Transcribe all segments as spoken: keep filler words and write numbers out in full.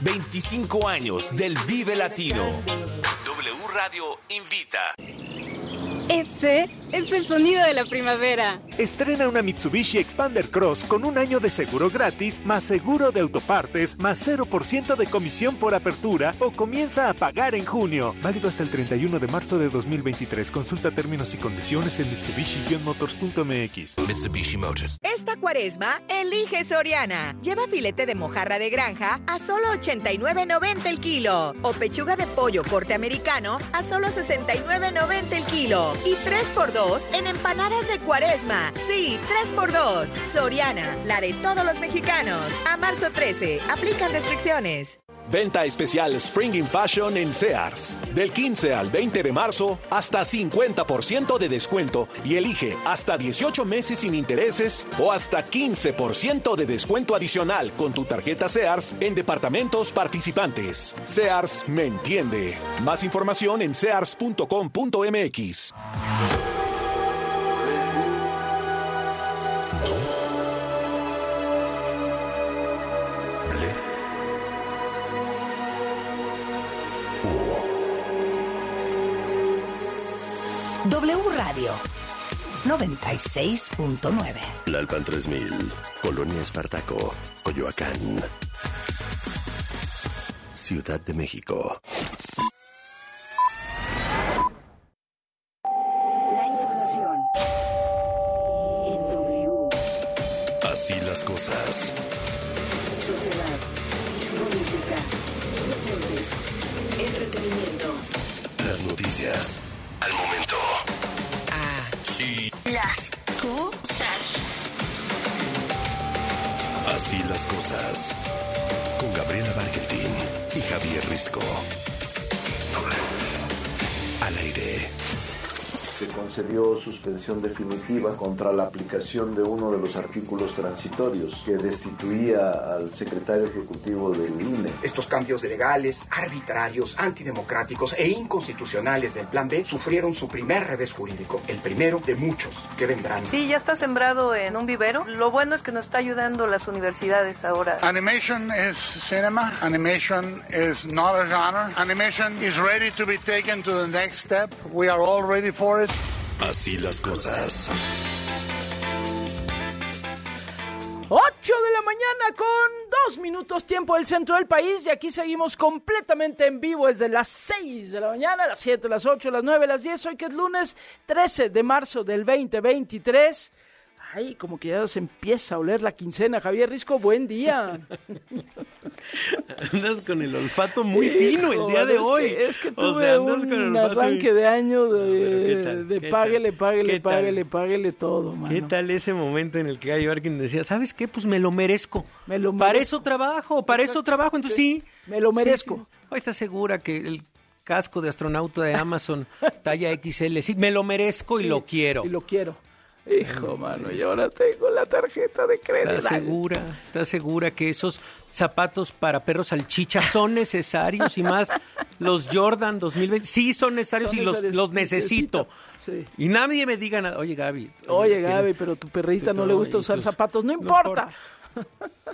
veinticinco años del Vive Latino. W Radio invita. Ese es el sonido de la primavera. Estrena una Mitsubishi Expander Cross con un año de seguro gratis, más seguro de autopartes, más cero por ciento de comisión por apertura o comienza a pagar en junio. Válido hasta el treinta y uno de marzo de dos mil veintitrés. Consulta términos y condiciones en mitsubishi motors punto m x. Mitsubishi Motors. Esta cuaresma, elige Soriana. Lleva filete de mojarra de granja a solo ochenta y nueve noventa el kilo. O pechuga de pollo corte americano a solo sesenta y nueve noventa el kilo. Y tres por dos en empanadas de cuaresma. Sí, tres por dos. Soriana, la de todos los mexicanos. A marzo trece, aplican restricciones. Venta especial Spring in Fashion en Sears. Del quince al veinte de marzo, hasta cincuenta por ciento de descuento y elige hasta dieciocho meses sin intereses o hasta quince por ciento de descuento adicional con tu tarjeta Sears en departamentos participantes. Sears me entiende. Más información en sears punto com punto m x. W Radio noventa y seis punto nueve. Tlalpan tres mil, Colonia Espartaco, Coyoacán, Ciudad de México. La información en W. Así las cosas. Sociedad, política, deportes, entretenimiento. Las noticias al momento. Así las cosas. Así las cosas. Con Gabriela Bargentín y Javier Risco. Al aire. Se concedió suspensión definitiva contra la aplicación de uno de los artículos transitorios que destituía al secretario ejecutivo del I N E. Estos cambios legales, arbitrarios, antidemocráticos e inconstitucionales del Plan B sufrieron su primer revés jurídico, el primero de muchos que vendrán. Sí, ya está sembrado en un vivero. Lo bueno es que nos está ayudando las universidades ahora. Animation is cinema. Animation is not a genre. Animation is ready to be taken to the next step. We are all ready for it. Así las cosas. ocho de la mañana con dos minutos tiempo del centro del país y aquí seguimos completamente en vivo desde las seis de la mañana, las siete, las ocho, las nueve, las diez, hoy que es lunes trece de marzo del veinte veintitrés. Ay, como que ya se empieza a oler la quincena. Javier Risco, buen día. Andas con el olfato muy fino el día de es hoy. Que, es que tuve o sea, un con arranque muy... de año de, no, ¿qué tal? de ¿Qué páguele, tal? páguele, ¿Qué páguele, tal? páguele todo, mano. ¿Qué tal ese momento en el que Gallo Arkin decía, ¿sabes qué? Pues me lo merezco. Me lo Para merezco. eso trabajo, para Exacto. eso trabajo. Entonces sí. sí me lo merezco. Sí, sí. Hoy estás segura que el casco de astronauta de Amazon talla equis ele, sí, me lo merezco sí, y lo quiero. Y lo quiero. Hijo, mano, y ahora tengo la tarjeta de crédito. ¿Estás segura? ¿Estás segura que esos zapatos para perros salchicha son necesarios? Y más los Jordan dos mil veinte. Sí, son necesarios son y necesarios. Los, los necesito. necesito. Sí. Y nadie me diga nada. Oye, Gaby. Oye, oye Gaby, tiene... pero tu perrita no le gusta usar tus... zapatos. No importa. No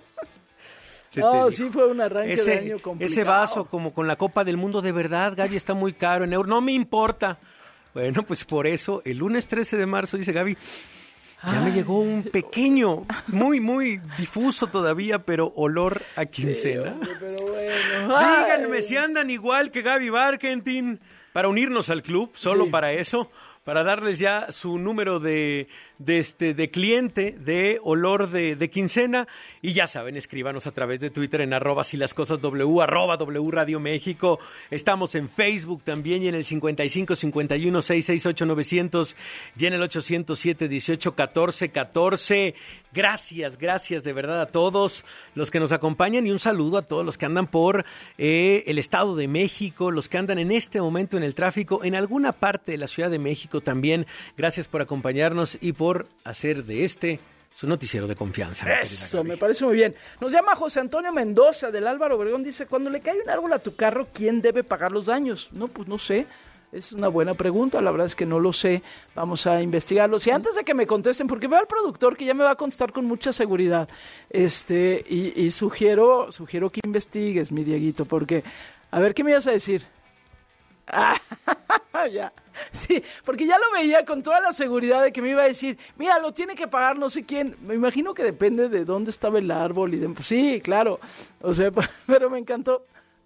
No, sí fue un arranque ese, de año complicado. Ese vaso como con la Copa del Mundo, de verdad, Gaby, está muy caro en euros. No me importa. Bueno, pues por eso, el lunes trece de marzo, dice Gaby, ya Ay. me llegó un pequeño, muy, muy difuso todavía, pero olor a quincena. Sí, hombre, pero bueno. Díganme Ay. si andan igual que Gaby Bargentín para unirnos al club, solo sí. para eso, para darles ya su número de, de, este, de cliente de olor de, de quincena. Y ya saben, escríbanos a través de Twitter en arroba si las cosas W, arroba W Radio México. Estamos en Facebook también y en el cincuenta y cinco, cincuenta y uno, sesenta y seis, ocho, novecientos y en el ochocientos siete, dieciocho, catorce, catorce. Gracias, gracias de verdad a todos los que nos acompañan y un saludo a todos los que andan por eh, el Estado de México, los que andan en este momento en el tráfico, en alguna parte de la Ciudad de México también. Gracias por acompañarnos y por hacer de este su noticiero de confianza. Eso, me parece muy bien. Nos llama José Antonio Mendoza del Álvaro Obregón, dice, cuando le cae un árbol a tu carro, ¿quién debe pagar los daños? No, pues no sé. Es una buena pregunta, la verdad es que no lo sé, vamos a investigarlo. Y antes de que me contesten, porque veo al productor que ya me va a contestar con mucha seguridad, este y, y sugiero sugiero que investigues, mi Dieguito, porque, a ver, ¿qué me ibas a decir? Ah, ya, sí, porque ya lo veía con toda la seguridad de que me iba a decir, mira, lo tiene que pagar no sé quién. Me imagino que depende de dónde estaba el árbol y de, pues sí, claro, o sea, pero me encantó.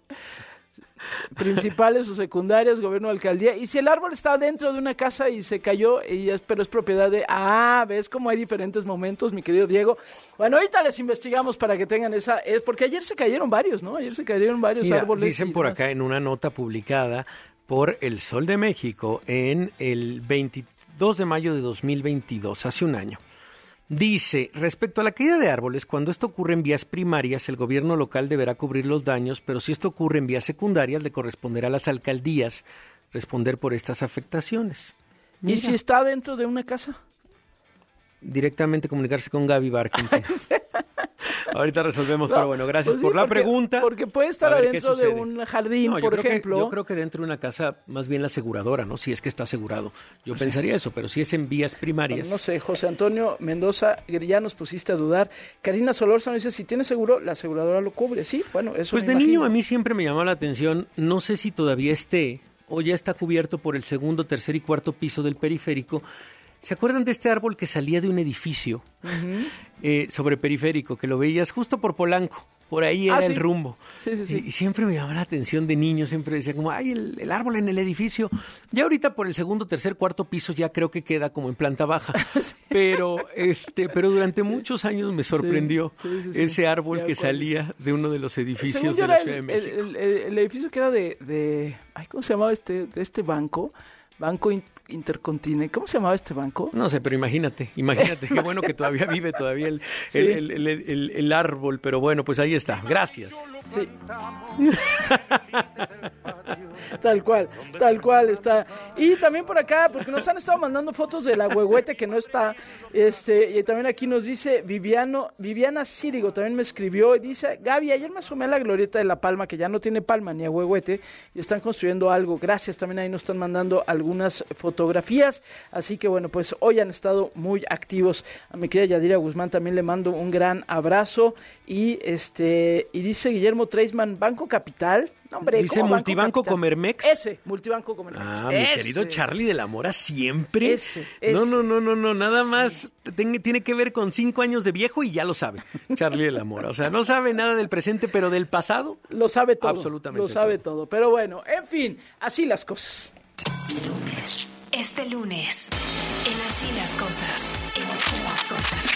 Principales o secundarias, gobierno, alcaldía, y si el árbol está dentro de una casa y se cayó, y es, pero es propiedad de, ah, ves cómo hay diferentes momentos, mi querido Diego. Bueno, ahorita les investigamos para que tengan esa, es porque ayer se cayeron varios, ¿no? Ayer se cayeron varios Mira, árboles. Dicen por acá en una nota publicada por El Sol de México en el veintidós de mayo de dos mil veintidós, hace un año. Dice, respecto a la caída de árboles, cuando esto ocurre en vías primarias, el gobierno local deberá cubrir los daños, pero si esto ocurre en vías secundarias, le corresponderá a las alcaldías responder por estas afectaciones. ¿Y Mira. si está dentro de una casa? Directamente comunicarse con Gaby Barkentin. Ahorita resolvemos, no, pero bueno, gracias pues sí, por la porque, pregunta. Porque puede estar adentro de un jardín, no, por creo ejemplo. Que, yo creo que dentro de una casa, más bien la aseguradora, ¿no? Si es que está asegurado. Yo pues pensaría sí. eso, pero si es en vías primarias. Bueno, no sé, José Antonio Mendoza, ya nos pusiste a dudar. Karina Solórzano dice, si tiene seguro, la aseguradora lo cubre. Sí, bueno, eso Pues me de imagino. niño a mí siempre me llamó la atención, no sé si todavía esté o ya está cubierto por el segundo, tercer y cuarto piso del periférico. ¿Se acuerdan de este árbol que salía de un edificio uh-huh. eh, sobre periférico, que lo veías justo por Polanco? Por ahí era ah, ¿sí? el rumbo. Sí, sí, sí. Y, y siempre me llamaba la atención de niño, siempre decía como, ay, el, el árbol en el edificio. Ya ahorita por el segundo, tercer, cuarto piso ya creo que queda como en planta baja. sí. Pero este, pero durante sí. muchos años me sorprendió sí, sí, sí, sí. ese árbol ya, que salía de uno de los edificios de la Ciudad el, de México. El, el, el edificio que era de, de, ay, ¿cómo se llamaba este, de este banco? Banco Intercontinente. ¿Cómo se llamaba este banco? No sé, pero imagínate, imagínate, qué bueno que todavía vive todavía el, sí. el, el, el, el, el árbol, pero bueno, pues ahí está. Gracias. Sí. Tal cual, tal cual está. Y también por acá, porque nos han estado mandando fotos del agüehuete que no está, este, y también aquí nos dice Viviano, Viviana Círigo, también me escribió y dice, Gaby, ayer me asomé a la glorieta de La Palma, que ya no tiene palma ni agüehuete, y están construyendo algo. Gracias, también ahí nos están mandando algunas fotografías, así que bueno, pues hoy han estado muy activos. A mi querida Yadira Guzmán también le mando un gran abrazo, y este, y dice Guillermo Treisman, Banco Capital. Hombre, dice Multibanco Comermex. Ese, Multibanco Comermex. Ah, ese. Mi querido Charlie de la Mora, siempre. Ese, ese. No, no, no, no, no, nada más ten, tiene que ver con cinco años de viejo y ya lo sabe, Charlie de la Mora. O sea, no sabe nada del presente, pero del pasado. Lo sabe todo. Absolutamente. Lo sabe todo. todo. Pero bueno, en fin, así las cosas. Este lunes, en Así las Cosas, en Así las Cosas.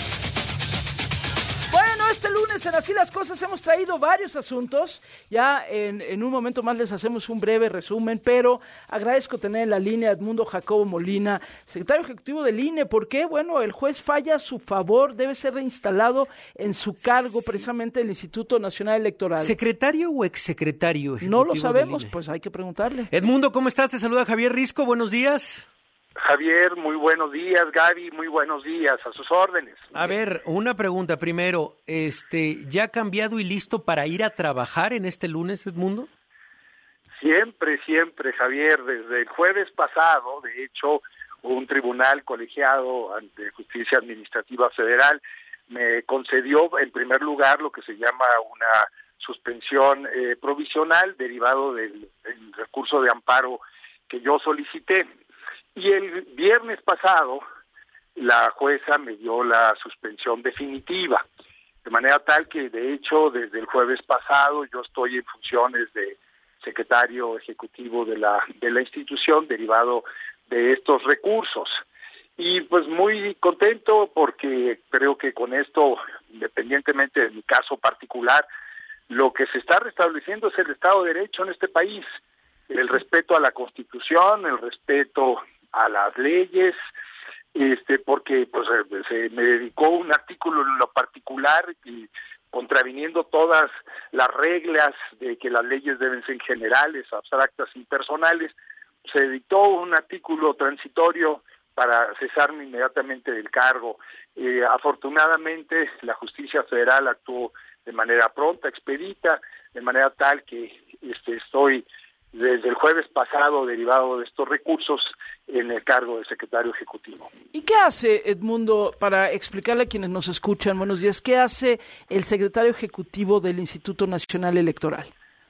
Bueno, este lunes en Así las Cosas hemos traído varios asuntos. Ya en, en un momento más les hacemos un breve resumen, pero agradezco tener en la línea a Edmundo Jacobo Molina, secretario ejecutivo del I N E. ¿Por qué? Bueno, el juez falla a su favor, debe ser reinstalado en su cargo, precisamente el Instituto Nacional Electoral. ¿Secretario o exsecretario ejecutivo? No lo sabemos, pues hay que preguntarle. Edmundo, ¿cómo estás? Te saluda Javier Risco, buenos días. Javier, muy buenos días. Gaby, muy buenos días, a sus órdenes. A ver, una pregunta primero, este, ¿ya cambiado y listo para ir a trabajar en este lunes, Edmundo? Siempre, siempre, Javier, desde el jueves pasado, de hecho, un tribunal colegiado de justicia administrativa federal me concedió, en primer lugar, lo que se llama una suspensión eh, provisional derivado del, del recurso de amparo que yo solicité. Y el viernes pasado, la jueza me dio la suspensión definitiva, de manera tal que, de hecho, desde el jueves pasado yo estoy en funciones de secretario ejecutivo de la de la institución, derivado de estos recursos. Y pues muy contento porque creo que con esto, independientemente de mi caso particular, lo que se está restableciendo es el Estado de Derecho en este país, el respeto a la Constitución, el respeto a las leyes, este porque pues se me dedicó un artículo en lo particular y contraviniendo todas las reglas de que las leyes deben ser generales, abstractas, impersonales, se dictó un artículo transitorio para cesarme inmediatamente del cargo. Eh, afortunadamente la justicia federal actuó de manera pronta, expedita, de manera tal que este estoy desde el jueves pasado derivado de estos recursos en el cargo de secretario ejecutivo. ¿Y qué hace, Edmundo, para explicarle a quienes nos escuchan, buenos días, qué hace el secretario ejecutivo del Instituto Nacional Electoral?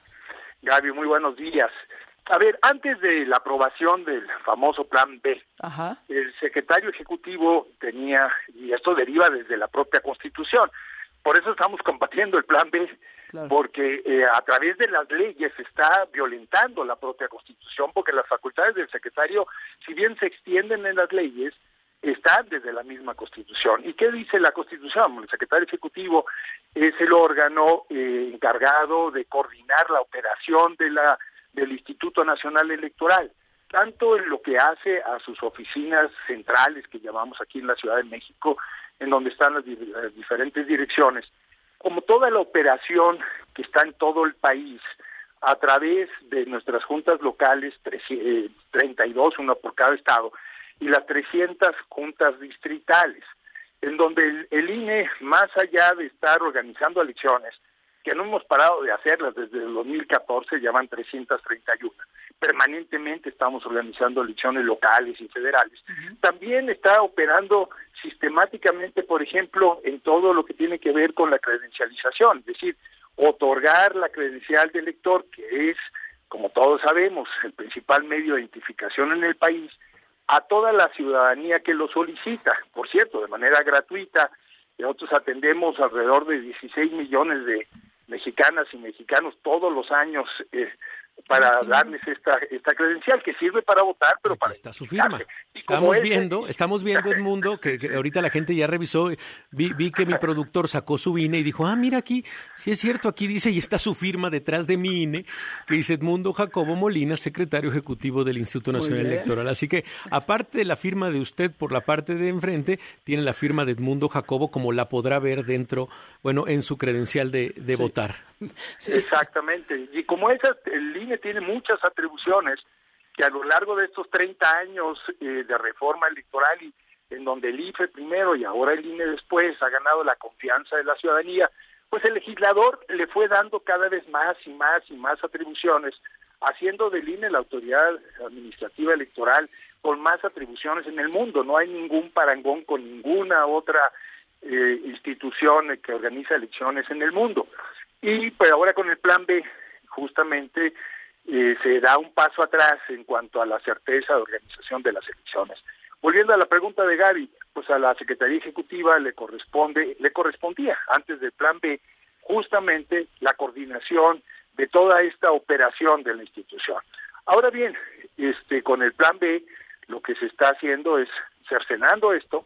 Gaby, muy buenos días. A ver, antes de la aprobación del famoso Plan B, Ajá. el secretario ejecutivo tenía, y esto deriva desde la propia Constitución, por eso estamos combatiendo el Plan B, claro. porque eh, a través de las leyes se está violentando la propia Constitución, porque las facultades del secretario, si bien se extienden en las leyes, están desde la misma Constitución. ¿Y qué dice la Constitución? El secretario ejecutivo es el órgano eh, encargado de coordinar la operación de la del Instituto Nacional Electoral, tanto en lo que hace a sus oficinas centrales, que llamamos aquí en la Ciudad de México, en donde están las, las diferentes direcciones, como toda la operación que está en todo el país, a través de nuestras juntas locales, treinta y dos, una por cada estado, y las trescientas juntas distritales, en donde el, el I N E, más allá de estar organizando elecciones, que no hemos parado de hacerlas desde el dos mil catorce, ya van trescientas treinta y una. Permanentemente estamos organizando elecciones locales y federales. Uh-huh. También está operando sistemáticamente, por ejemplo, en todo lo que tiene que ver con la credencialización, es decir, otorgar la credencial de elector, que es, como todos sabemos, el principal medio de identificación en el país, a toda la ciudadanía que lo solicita, por cierto, de manera gratuita. Nosotros atendemos alrededor de dieciséis millones de mexicanas y mexicanos todos los años eh, para sí. darles esta esta credencial que sirve para votar, pero Aquí para está su firma. Estamos es, viendo, estamos viendo, Edmundo, que, que ahorita la gente ya revisó, vi, vi que mi productor sacó su I N E y dijo, ah, mira aquí, sí es cierto, aquí dice, y está su firma detrás de mi I N E, que dice Edmundo Jacobo Molina, secretario ejecutivo del Instituto Nacional Electoral. Así que, aparte de la firma de usted por la parte de enfrente, tiene la firma de Edmundo Jacobo, como la podrá ver dentro, bueno, en su credencial de, de sí. votar. Sí. Exactamente, y como esa, el I N E tiene muchas atribuciones que a lo largo de estos treinta años eh, de reforma electoral, y en donde el I F E primero y ahora el I N E después ha ganado la confianza de la ciudadanía, pues el legislador le fue dando cada vez más y más y más atribuciones, haciendo del I N E la autoridad administrativa electoral con más atribuciones en el mundo. No hay ningún parangón con ninguna otra eh, institución que organiza elecciones en el mundo. Y pues ahora con el Plan B, justamente, eh, se da un paso atrás en cuanto a la certeza de organización de las elecciones. Volviendo a la pregunta de Gaby, pues a la Secretaría Ejecutiva le corresponde, le correspondía antes del Plan B, justamente la coordinación de toda esta operación de la institución. Ahora bien, este, con el Plan B, lo que se está haciendo es cercenando esto.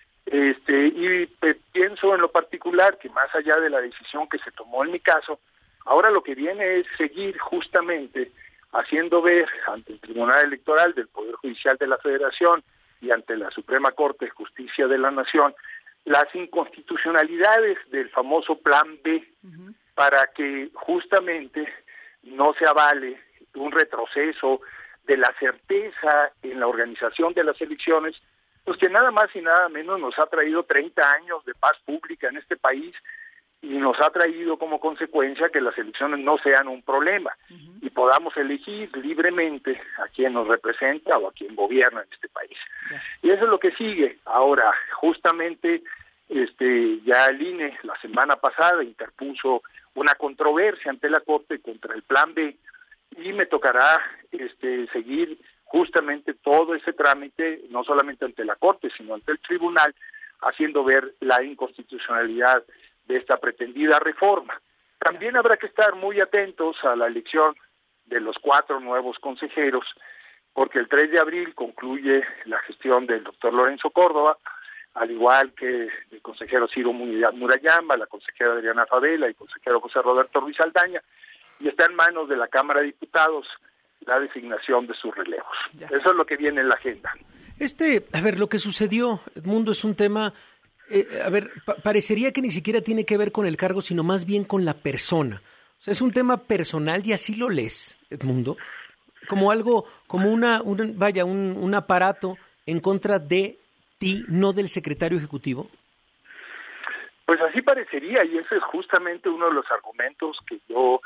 Este, y eh, pienso en lo particular que más allá de la decisión que se tomó en mi caso, ahora lo que viene es seguir justamente haciendo ver ante el Tribunal Electoral del Poder Judicial de la Federación y ante la Suprema Corte de Justicia de la Nación las inconstitucionalidades del famoso Plan B, uh-huh. para que justamente no se avale un retroceso de la certeza en la organización de las elecciones, pues que nada más y nada menos nos ha traído treinta años de paz pública en este país y nos ha traído como consecuencia que las elecciones no sean un problema uh-huh. y podamos elegir libremente a quien nos representa o a quien gobierna en este país. Yeah. Y eso es lo que sigue. Ahora, justamente, este, ya el I N E la semana pasada interpuso una controversia ante la Corte contra el Plan B y me tocará este, seguir justamente todo ese trámite, no solamente ante la Corte, sino ante el Tribunal, haciendo ver la inconstitucionalidad de esta pretendida reforma. También habrá que estar muy atentos a la elección de los cuatro nuevos consejeros, porque el tres de abril concluye la gestión del doctor Lorenzo Córdoba, al igual que el consejero Ciro Murayama, la consejera Adriana Favela y el consejero José Roberto Ruiz Aldaña, y está en manos de la Cámara de Diputados la designación de sus relevos. Ya. Eso es lo que viene en la agenda. Este, a ver, lo que sucedió, Edmundo, es un tema, eh, a ver, pa- parecería que ni siquiera tiene que ver con el cargo, sino más bien con la persona. O sea, es un tema personal y así lo lees, Edmundo, como algo, como una, un, vaya, un, un aparato en contra de ti, no del secretario ejecutivo. Pues así parecería, y ese es justamente uno de los argumentos que yo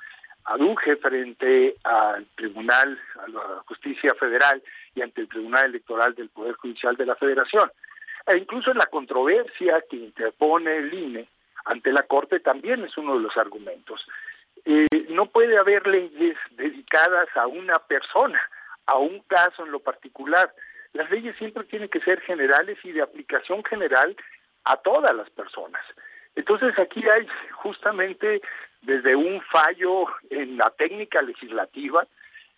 aduje frente al Tribunal, a la Justicia Federal y ante el Tribunal Electoral del Poder Judicial de la Federación. E incluso en la controversia que interpone el I N E ante la Corte también es uno de los argumentos. Eh, no puede haber leyes dedicadas a una persona, a un caso en lo particular. Las leyes siempre tienen que ser generales y de aplicación general a todas las personas. Entonces aquí hay justamente desde un fallo en la técnica legislativa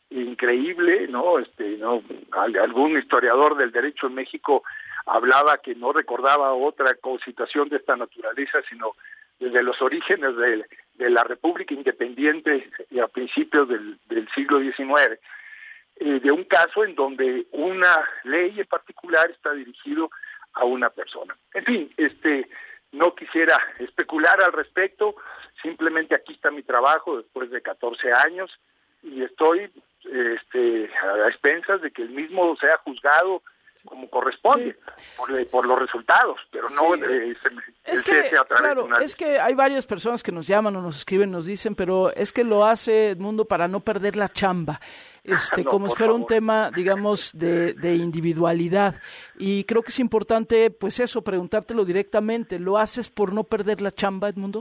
increíble, ¿no? Este, no, algún historiador del derecho en México hablaba que no recordaba otra situación de esta naturaleza, sino desde los orígenes de, de la República Independiente y a principios del, del siglo diecinueve, eh, de un caso en donde una ley en particular está dirigido a una persona. En fin, este, no quisiera especular al respecto, simplemente aquí está mi trabajo después de catorce años y estoy este, a expensas de que el mismo sea juzgado como corresponde, sí. por, por los resultados, pero no sí. eh, se, es que, a través claro, de una... es que hay varias personas que nos llaman o nos escriben, nos dicen, pero es que lo hace Edmundo para no perder la chamba, este, no, como si fuera favor. un tema, digamos, de, de individualidad, y creo que es importante, pues eso, preguntártelo directamente, ¿lo haces por no perder la chamba, Edmundo?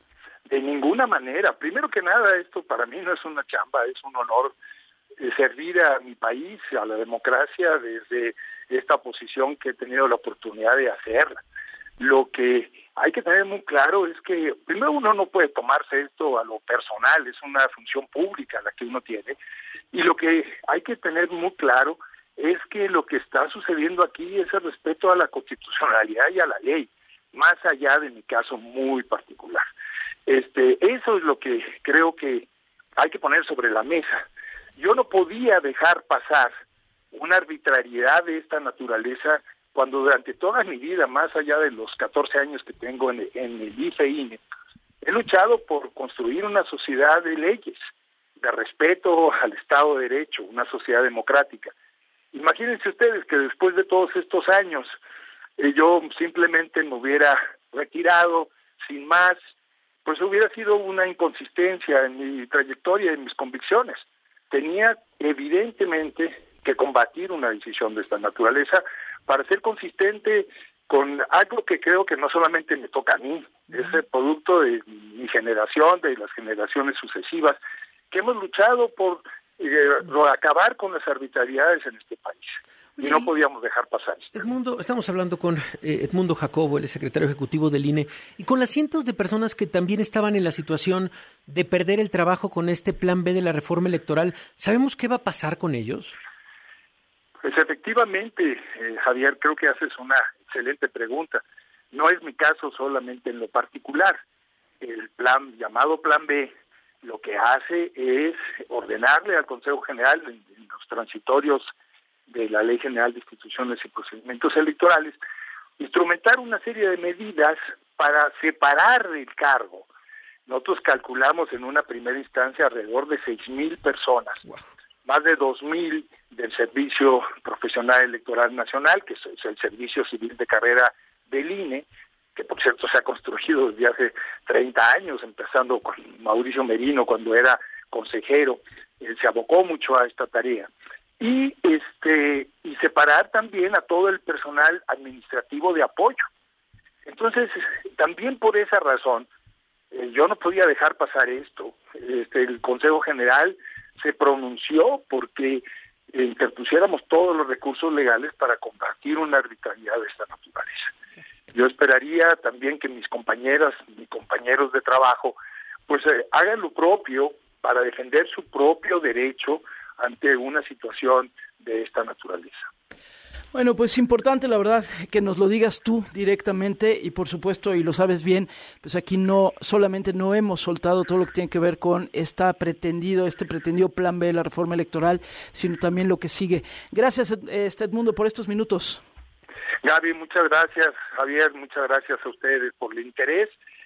De ninguna manera, primero que nada, esto para mí no es una chamba, es un honor eh, servir a mi país, a la democracia, desde esta posición que he tenido la oportunidad de hacerla. Lo que hay que tener muy claro es que primero uno no puede tomarse esto a lo personal, es una función pública la que uno tiene, y lo que hay que tener muy claro es que lo que está sucediendo aquí es el respeto a la constitucionalidad y a la ley, más allá de mi caso muy particular. Este, eso es lo que creo que hay que poner sobre la mesa. Yo no podía dejar pasar una arbitrariedad de esta naturaleza cuando durante toda mi vida, más allá de los catorce años que tengo en, en el I F E I N E, he luchado por construir una sociedad de leyes, de respeto al Estado de Derecho, una sociedad democrática. Imagínense ustedes que después de todos estos años eh, yo simplemente me hubiera retirado sin más, pues hubiera sido una inconsistencia en mi trayectoria y en mis convicciones. Tenía evidentemente que combatir una decisión de esta naturaleza para ser consistente con algo que creo que no solamente me toca a mí, es el producto de mi generación, de las generaciones sucesivas, que hemos luchado por eh, acabar con las arbitrariedades en este país. Y no podíamos dejar pasar esto. Edmundo, estamos hablando con eh, Edmundo Jacobo, el secretario ejecutivo del I N E, y con las cientos de personas que también estaban en la situación de perder el trabajo con este plan B de la reforma electoral. ¿Sabemos qué va a pasar con ellos? Pues efectivamente, eh, Javier, creo que haces una excelente pregunta. No es mi caso solamente en lo particular. El plan llamado Plan B lo que hace es ordenarle al Consejo General en, en los transitorios de la Ley General de Instituciones y Procedimientos Electorales, instrumentar una serie de medidas para separar el cargo. Nosotros calculamos en una primera instancia alrededor de seis mil personas, wow. más de dos mil del Servicio Profesional Electoral Nacional, que es el servicio civil de carrera del I N E, que por cierto se ha construido desde hace treinta años, empezando con Mauricio Merino cuando era consejero, él se abocó mucho a esta tarea. Y este y separar también a todo el personal administrativo de apoyo. Entonces, también por esa razón, eh, yo no podía dejar pasar esto. Este, el Consejo General se pronunció porque eh, interpusiéramos todos los recursos legales para combatir una arbitrariedad de esta naturaleza. Yo esperaría también que mis compañeras, mis compañeros de trabajo, pues eh, hagan lo propio para defender su propio derecho ante una situación de esta naturaleza. Bueno, pues importante, la verdad, que nos lo digas tú directamente y por supuesto, y lo sabes bien, pues aquí no solamente no hemos soltado todo lo que tiene que ver con esta pretendido, este pretendido plan B de la reforma electoral, sino también lo que sigue. Gracias, este Edmundo, por estos minutos. Gaby, muchas gracias, Javier, muchas gracias a ustedes por el interés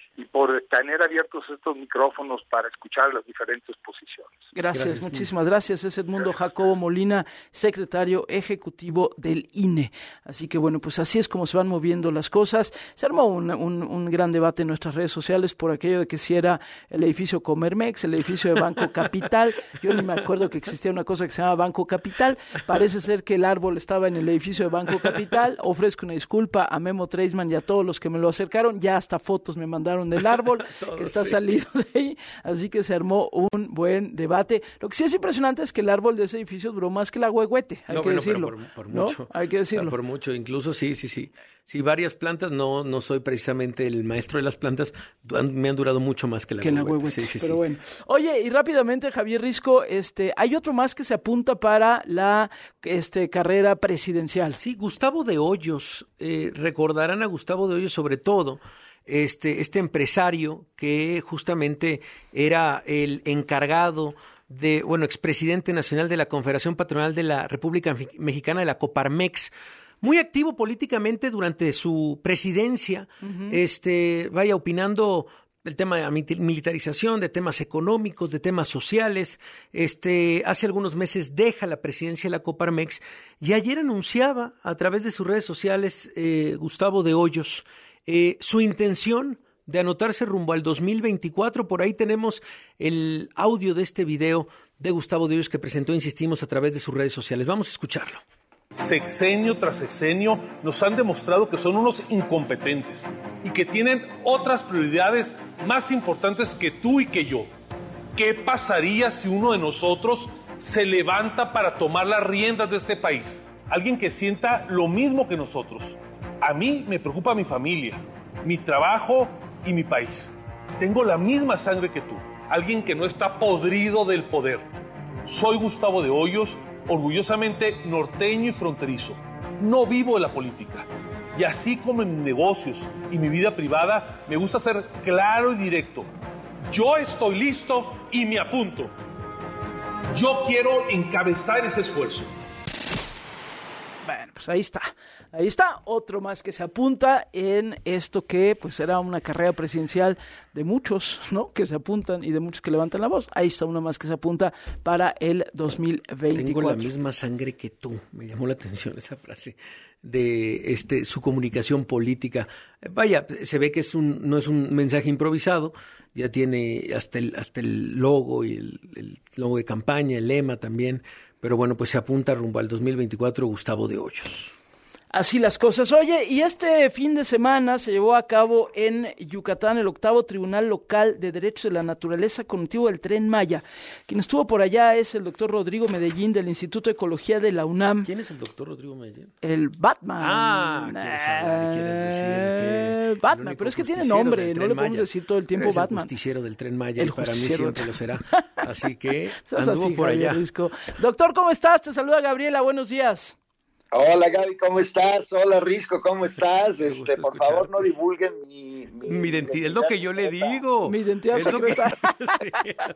y por tener abiertos estos micrófonos para escuchar las diferentes posiciones. Gracias, gracias muchísimas sí. gracias. Es Edmundo Jacobo Molina, secretario ejecutivo del I N E. Así que bueno, pues así es como se van moviendo las cosas. Se armó un, un, un gran debate en nuestras redes sociales por aquello de que si era el edificio Comermex, el edificio de Banco Capital. Yo ni me acuerdo que existía una cosa que se llama Banco Capital. Parece ser que el árbol estaba en el edificio de Banco Capital. Ofrezco una disculpa a Memo Treisman y a todos los que me lo acercaron. Ya hasta fotos me mandaron del árbol Todos, que está sí. salido de ahí, así que se armó un buen debate. Lo que sí es impresionante es que el árbol de ese edificio duró más que el agüehuete, hay no, que bueno, decirlo. Por, por ¿no? mucho. Hay que decirlo. O sea, por mucho, incluso sí, sí, sí. Sí, varias plantas, no no soy precisamente el maestro de las plantas, han, me han durado mucho más que el agüehuete. Sí, sí, pero sí. bueno. Oye, y rápidamente, Javier Risco, este, hay otro más que se apunta para la este, carrera presidencial. Sí, Gustavo de Hoyos, eh, recordarán a Gustavo de Hoyos sobre todo, Este, este empresario que justamente era el encargado de, bueno, expresidente nacional de la Confederación Patronal de la República Mexicana, de la Coparmex, muy activo políticamente durante su presidencia, uh-huh. este, vaya opinando del tema de militarización, de temas económicos, de temas sociales. Este, hace algunos meses deja la presidencia de la Coparmex y ayer anunciaba a través de sus redes sociales eh, Gustavo de Hoyos Eh, su intención de anotarse rumbo al dos mil veinticuatro. Por ahí tenemos el audio de este video de Gustavo de Hoyos que presentó, insistimos, a través de sus redes sociales. Vamos a escucharlo. Sexenio tras sexenio nos han demostrado que son unos incompetentes y que tienen otras prioridades más importantes que tú y que yo. ¿Qué pasaría si uno de nosotros se levanta para tomar las riendas de este país? Alguien que sienta lo mismo que nosotros. A mí me preocupa mi familia, mi trabajo y mi país. Tengo la misma sangre que tú, alguien que no está podrido del poder. Soy Gustavo de Hoyos, orgullosamente norteño y fronterizo. No vivo de la política. Y así como en mis negocios y mi vida privada, me gusta ser claro y directo. Yo estoy listo y me apunto. Yo quiero encabezar ese esfuerzo. Bueno, pues ahí está, ahí está, otro más que se apunta en esto que pues será una carrera presidencial de muchos, ¿no? Que se apuntan y de muchos que levantan la voz. Ahí está uno más que se apunta para el dos mil veinticuatro. Tengo la misma sangre que tú, me llamó la atención esa frase de este su comunicación política. Vaya, se ve que es un no es un mensaje improvisado, ya tiene hasta el hasta el logo y el, el logo de campaña, el lema también. Pero bueno, pues se apunta rumbo al dos mil veinticuatro Gustavo de Hoyos. Así las cosas. Oye, y este fin de semana se llevó a cabo en Yucatán el octavo Tribunal Local de Derechos de la Naturaleza con motivo del Tren Maya. Quien estuvo por allá es el doctor Rodrigo Medellín del Instituto de Ecología de la UNAM. ¿Quién es el doctor Rodrigo Medellín? El Batman. Ah, quieres hablar, quieres decir que Batman, pero es que tiene nombre, no le podemos Maya. decir todo el tiempo Eres Batman. El justiciero del Tren Maya, el y para mí siempre lo será. Así que anduvo así, por allá. Risco. Doctor, ¿cómo estás? Te saluda Gabriela, buenos días. Hola Gaby, ¿cómo estás? Hola Risco, ¿cómo estás? Este, por escucharte. favor, no divulguen mi, mi, mi identidad. Es lo que yo le digo. Mi identidad es secreta. Que...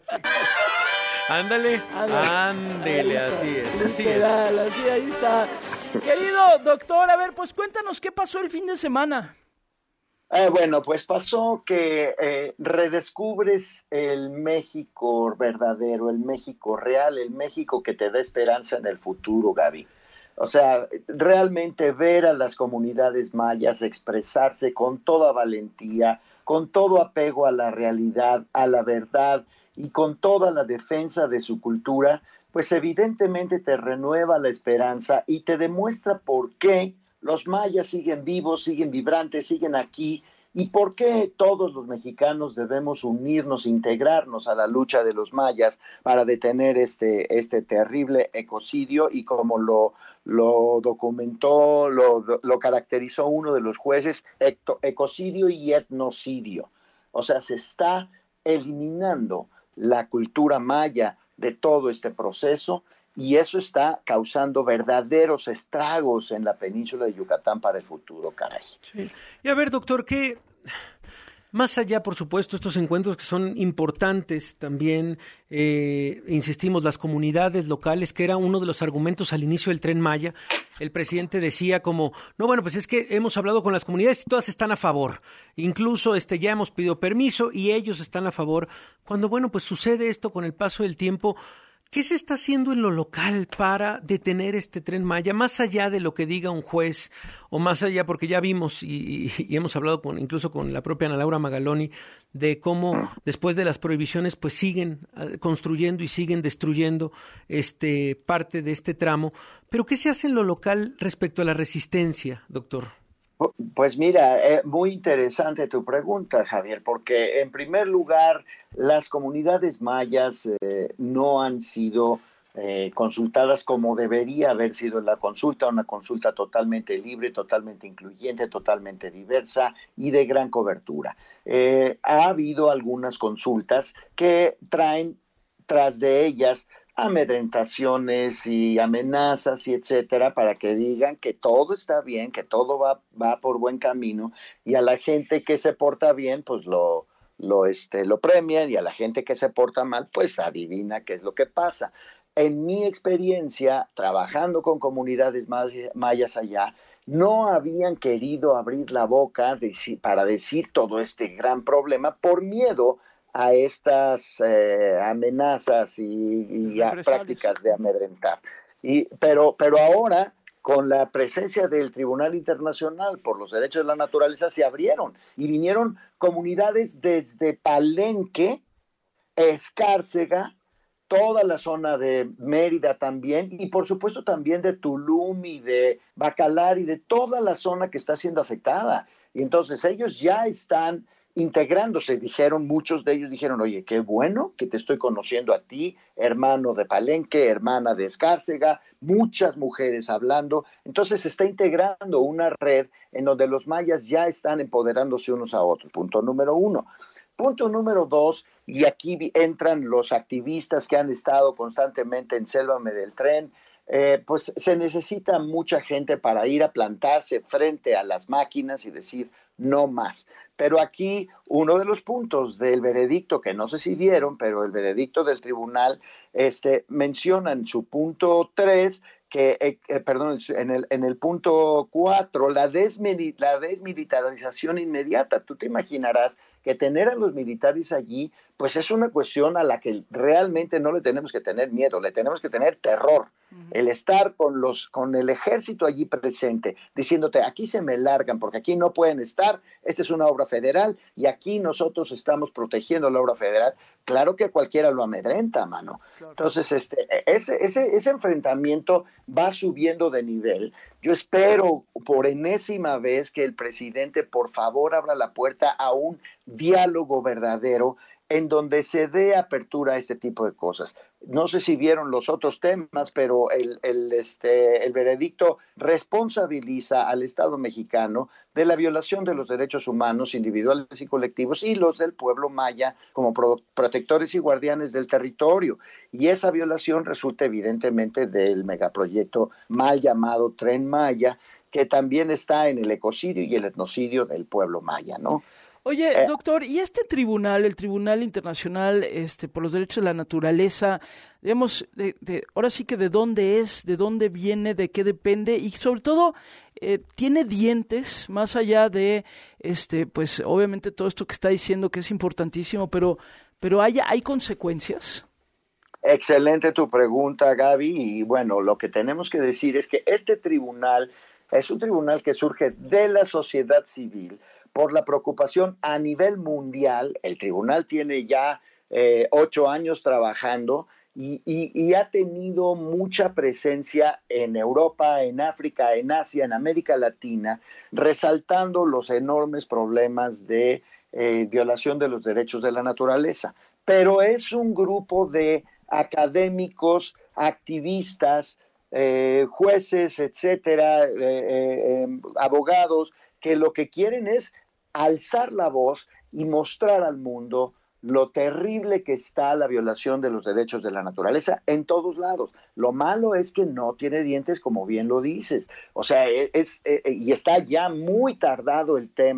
Ándale, ándele, así es, así Literal, es. Así, ahí está. Querido doctor, a ver, pues cuéntanos qué pasó el fin de semana. Eh, bueno, pues pasó que eh, redescubres el México verdadero, el México real, el México que te da esperanza en el futuro, Gaby. O sea, realmente ver a las comunidades mayas expresarse con toda valentía, con todo apego a la realidad, a la verdad y con toda la defensa de su cultura, pues evidentemente te renueva la esperanza y te demuestra por qué los mayas siguen vivos, siguen vibrantes, siguen aquí, y por qué todos los mexicanos debemos unirnos, integrarnos a la lucha de los mayas para detener este, este terrible ecocidio, y como lo, lo documentó, lo, lo caracterizó uno de los jueces, ecto, ecocidio y etnocidio. O sea, se está eliminando la cultura maya de todo este proceso, y eso está causando verdaderos estragos en la península de Yucatán para el futuro, caray. Sí. Y a ver, doctor, ¿qué, Más allá, por supuesto, estos encuentros que son importantes también, eh, insistimos, las comunidades locales, que era uno de los argumentos al inicio del Tren Maya. El presidente decía como, no, bueno, pues es que hemos hablado con las comunidades y todas están a favor. Incluso este, ya hemos pedido permiso y ellos están a favor. Cuando, bueno, pues sucede esto con el paso del tiempo. ¿Qué se está haciendo en lo local para detener este Tren Maya, más allá de lo que diga un juez o más allá, porque ya vimos y, y, y hemos hablado con incluso con la propia Ana Laura Magaloni de cómo después de las prohibiciones pues siguen construyendo y siguen destruyendo este parte de este tramo? Pero ¿qué se hace en lo local respecto a la resistencia, doctor? Pues mira, eh, muy interesante tu pregunta, Javier, porque en primer lugar, las comunidades mayas eh, no han sido eh, consultadas como debería haber sido la consulta, una consulta totalmente libre, totalmente incluyente, totalmente diversa y de gran cobertura. Eh, ha habido algunas consultas que traen tras de ellas amedrentaciones y amenazas y etcétera, para que digan que todo está bien, que todo va, va por buen camino, y a la gente que se porta bien, pues lo, lo, este, lo premian, y a la gente que se porta mal, pues adivina qué es lo que pasa. En mi experiencia, trabajando con comunidades mayas allá, no habían querido abrir la boca de, para decir todo este gran problema por miedo a estas eh, amenazas y, y a prácticas de amedrentar. Y, pero, pero ahora, con la presencia del Tribunal Internacional por los Derechos de la Naturaleza, se abrieron y vinieron comunidades desde Palenque, Escárcega, toda la zona de Mérida también, y por supuesto también de Tulum y de Bacalar y de toda la zona que está siendo afectada. Y entonces ellos ya están integrándose, dijeron, muchos de ellos dijeron, oye, qué bueno que te estoy conociendo a ti, hermano de Palenque, hermana de Escárcega, muchas mujeres hablando. Entonces se está integrando una red en donde los mayas ya están empoderándose unos a otros, punto número uno. Punto número dos, y aquí entran los activistas que han estado constantemente en Sélvame del Tren. Eh, pues se necesita mucha gente para ir a plantarse frente a las máquinas y decir no más. Pero aquí uno de los puntos del veredicto, que no sé si vieron, pero el veredicto del tribunal este, menciona en su punto tres, que, eh, eh, perdón, en el, en el punto cuatro, la, desmili- la desmilitarización inmediata. Tú te imaginarás que tener a los militares allí, pues es una cuestión a la que realmente no le tenemos que tener miedo, le tenemos que tener terror. Uh-huh. El estar con los, con el ejército allí presente, diciéndote, aquí se me largan, porque aquí no pueden estar, esta es una obra federal, y aquí nosotros estamos protegiendo la obra federal. Claro que cualquiera lo amedrenta, mano. Claro. Entonces, este, ese, ese, ese enfrentamiento va subiendo de nivel. Yo espero por enésima vez que el presidente, por favor, abra la puerta a un diálogo verdadero en donde se dé apertura a este tipo de cosas. No sé si vieron los otros temas, pero el, el, este, el veredicto responsabiliza al Estado mexicano de la violación de los derechos humanos individuales y colectivos y los del pueblo maya como pro, protectores y guardianes del territorio. Y esa violación resulta evidentemente del megaproyecto mal llamado Tren Maya, que también está en el ecocidio y el etnocidio del pueblo maya, ¿no? Oye, doctor, ¿y este tribunal, el Tribunal Internacional este, por los Derechos de la Naturaleza, digamos, de, de, ahora sí que de dónde es, de dónde viene, de qué depende y sobre todo, eh, tiene dientes más allá de, este, pues obviamente todo esto que está diciendo que es importantísimo, pero, pero ¿hay, hay consecuencias? Excelente tu pregunta, Gaby, y bueno, lo que tenemos que decir es que este tribunal es un tribunal que surge de la sociedad civil, por la preocupación a nivel mundial. El tribunal tiene ya eh, ocho años trabajando y, y, y ha tenido mucha presencia en Europa, en África, en Asia, en América Latina, resaltando los enormes problemas de eh, violación de los derechos de la naturaleza. Pero es un grupo de académicos, activistas, eh, jueces, etcétera, eh, eh, eh, abogados, que lo que quieren es alzar la voz y mostrar al mundo lo terrible que está la violación de los derechos de la naturaleza en todos lados. Lo malo es que no tiene dientes, como bien lo dices. O sea, es, es, es y está ya muy tardado el tema.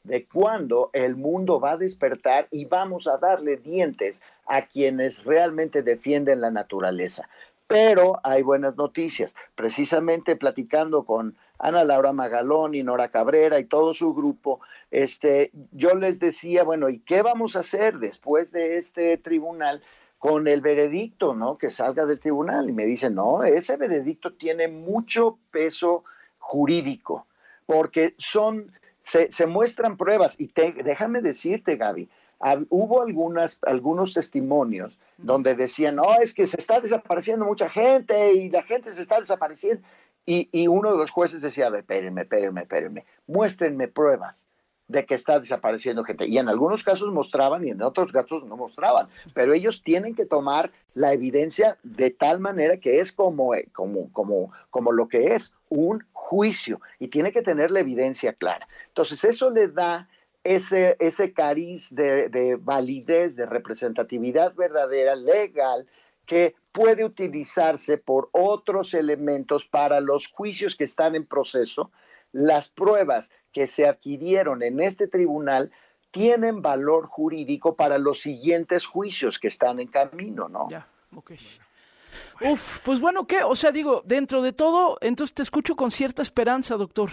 de cuándo el mundo va a despertar y vamos a darle dientes a quienes realmente defienden la naturaleza. Pero hay buenas noticias. Precisamente platicando con Ana Laura Magalón y Nora Cabrera y todo su grupo, este, yo les decía, bueno, ¿y qué vamos a hacer después de este tribunal con el veredicto, ¿no? Que salga del tribunal? Y me dicen, no, ese veredicto tiene mucho peso jurídico, porque son, se, se muestran pruebas. Y te, déjame decirte, Gaby, hab, hubo algunas, algunos testimonios donde decían, no, es que se está desapareciendo mucha gente y la gente se está desapareciendo. Y, y uno de los jueces decía, a ver, espérenme, espérenme, espérenme, muéstrenme pruebas de que está desapareciendo gente. Y en algunos casos mostraban y en otros casos no mostraban. Pero ellos tienen que tomar la evidencia de tal manera que es como, como, como, como lo que es un juicio. Y tiene que tener la evidencia clara. Entonces eso le da ese, ese cariz de, de validez, de representatividad verdadera, legal, que puede utilizarse por otros elementos para los juicios que están en proceso. Las pruebas que se adquirieron en este tribunal tienen valor jurídico para los siguientes juicios que están en camino, ¿no? Ya, ok. Bueno. Uf, pues bueno, ¿qué? O sea, digo, dentro de todo, entonces te escucho con cierta esperanza, doctor.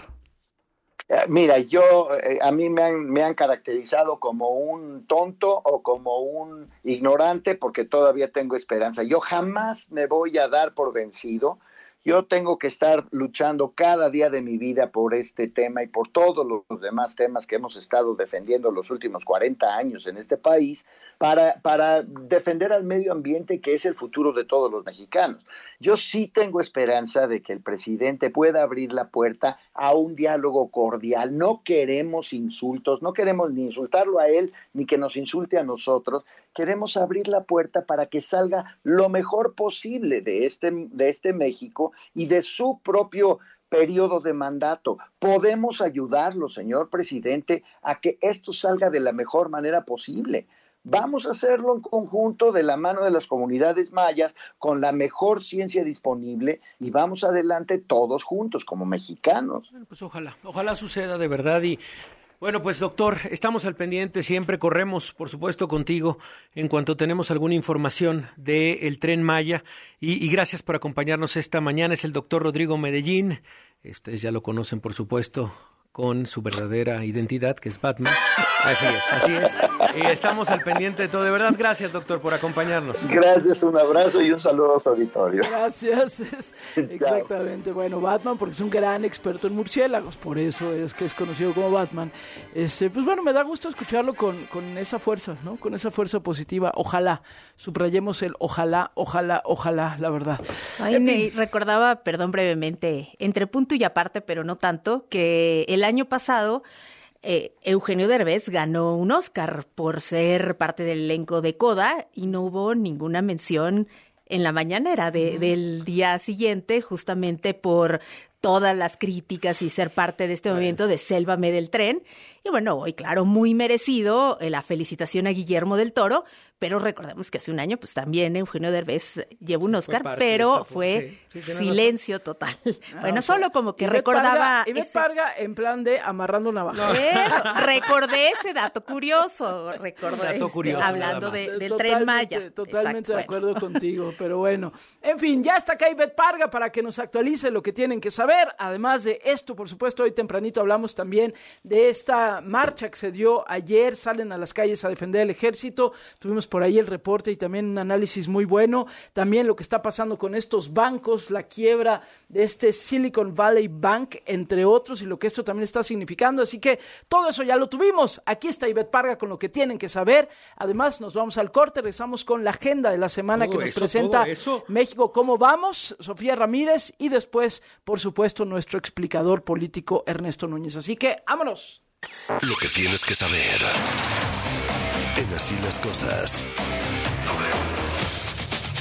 Eh, mira, yo, eh, a mí me han, me han caracterizado como un tonto o como un ignorante porque todavía tengo esperanza. Yo jamás me voy a dar por vencido. Yo tengo que estar luchando cada día de mi vida por este tema y por todos los demás temas que hemos estado defendiendo los últimos cuarenta años en este país para, para defender al medio ambiente, que es el futuro de todos los mexicanos. Yo sí tengo esperanza de que el presidente pueda abrir la puerta a un diálogo cordial. No queremos insultos, no queremos ni insultarlo a él ni que nos insulte a nosotros. Queremos abrir la puerta para que salga lo mejor posible de este, de este México y de su propio periodo de mandato. Podemos ayudarlo, señor presidente, a que esto salga de la mejor manera posible. Vamos a hacerlo en conjunto, de la mano de las comunidades mayas, con la mejor ciencia disponible, y vamos adelante todos juntos como mexicanos. Bueno, pues ojalá, ojalá suceda de verdad. Y bueno, pues doctor, estamos al pendiente, siempre corremos, por supuesto, contigo en cuanto tenemos alguna información del Tren Maya, y, y gracias por acompañarnos esta mañana. Es el doctor Rodrigo Medellín, ustedes ya lo conocen, por supuesto, con su verdadera identidad, que es Batman. Así es, así es. Y estamos al pendiente de todo. De verdad, gracias, doctor, por acompañarnos. Gracias, un abrazo y un saludo a su auditorio. Gracias. Exactamente. Bueno, Batman, porque es un gran experto en murciélagos, por eso es que es conocido como Batman. Este, pues bueno, me da gusto escucharlo con, con esa fuerza, ¿no? Con esa fuerza positiva. Ojalá, subrayemos el ojalá, ojalá, ojalá, la verdad. Ay, en fin. Recordaba, perdón, brevemente, entre punto y aparte, pero no tanto, que el año pasado Eh, Eugenio Derbez ganó un Oscar por ser parte del elenco de Coda y no hubo ninguna mención en la mañanera de, uh-huh. del día siguiente, justamente por todas las críticas y ser parte de este bueno. movimiento de Sélvame del Tren. Y bueno, hoy, claro, muy merecido la felicitación a Guillermo del Toro, pero recordemos que hace un año pues también Eugenio Derbez llevó un Oscar, pero fue sí, sí, silencio razón. total. Ah, bueno, o sea, solo como que recordaba... Y ese... Parga en plan de amarrando navajas. No. Recordé ese dato curioso, recordé dato curioso, hablando de, del totalmente, Tren Maya. Totalmente Exacto, de acuerdo bueno. contigo, pero bueno. En fin, ya está acá Ivette Parga para que nos actualice lo que tienen que saber. Además de esto, por supuesto, hoy tempranito hablamos también de esta marcha que se dio ayer. Salen a las calles a defender el ejército. Tuvimos por ahí el reporte y también un análisis muy bueno. También lo que está pasando con estos bancos, la quiebra de este Silicon Valley Bank, entre otros, y lo que esto también está significando. Así que todo eso ya lo tuvimos. Aquí está Ivette Parga con lo que tienen que saber. Además, nos vamos al corte. Regresamos con la agenda de la semana todo que nos eso, presenta México. ¿Cómo vamos? Sofía Ramírez y después, por supuesto, nuestro explicador político Ernesto Núñez. Así que, ¡vámonos! Lo que tienes que saber en Así las Cosas.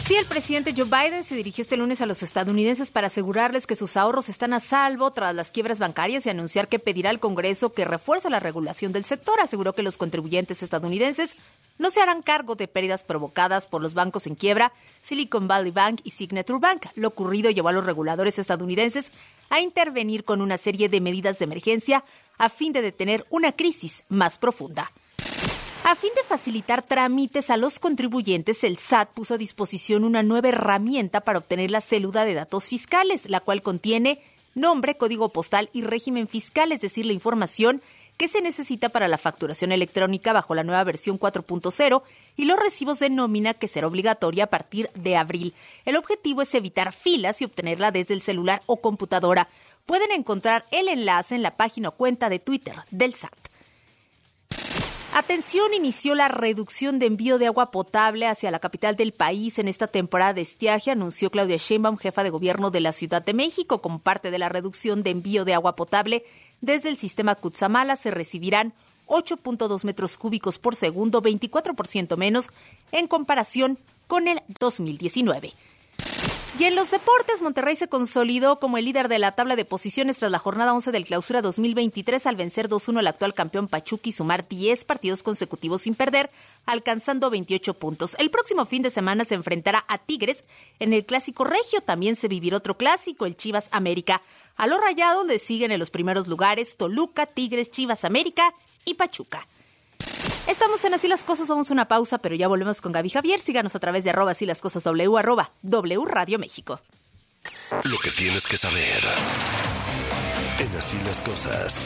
Sí, el presidente Joe Biden se dirigió este lunes a los estadounidenses para asegurarles que sus ahorros están a salvo tras las quiebras bancarias y anunciar que pedirá al Congreso que refuerce la regulación del sector. Aseguró que los contribuyentes estadounidenses no se harán cargo de pérdidas provocadas por los bancos en quiebra, Silicon Valley Bank y Signature Bank. Lo ocurrido llevó a los reguladores estadounidenses a intervenir con una serie de medidas de emergencia a fin de detener una crisis más profunda. A fin de facilitar trámites a los contribuyentes, el S A T puso a disposición una nueva herramienta para obtener la cédula de datos fiscales, la cual contiene nombre, código postal y régimen fiscal, es decir, la información que se necesita para la facturación electrónica bajo la nueva versión cuatro punto cero y los recibos de nómina, que será obligatoria a partir de abril. El objetivo es evitar filas y obtenerla desde el celular o computadora. Pueden encontrar el enlace en la página o cuenta de Twitter del S A T. Atención, inició la reducción de envío de agua potable hacia la capital del país en esta temporada de estiaje, anunció Claudia Sheinbaum, jefa de gobierno de la Ciudad de México. Como parte de la reducción de envío de agua potable desde el sistema Cutzamala, se recibirán ocho punto dos metros cúbicos por segundo, veinticuatro por ciento menos en comparación con el dos mil diecinueve. Y en los deportes, Monterrey se consolidó como el líder de la tabla de posiciones tras la jornada once del Clausura dos mil veintitrés al vencer dos uno al actual campeón Pachuca y sumar diez partidos consecutivos sin perder, alcanzando veintiocho puntos. El próximo fin de semana se enfrentará a Tigres en el Clásico Regio. También se vivirá otro clásico, el Chivas América. A los Rayados le siguen en los primeros lugares Toluca, Tigres, Chivas América y Pachuca. Estamos en Así las Cosas, vamos a una pausa, pero ya volvemos con Gaby Javier. Síganos a través de arroba Así las Cosas W, arroba W Radio México. Lo que tienes que saber en Así las Cosas.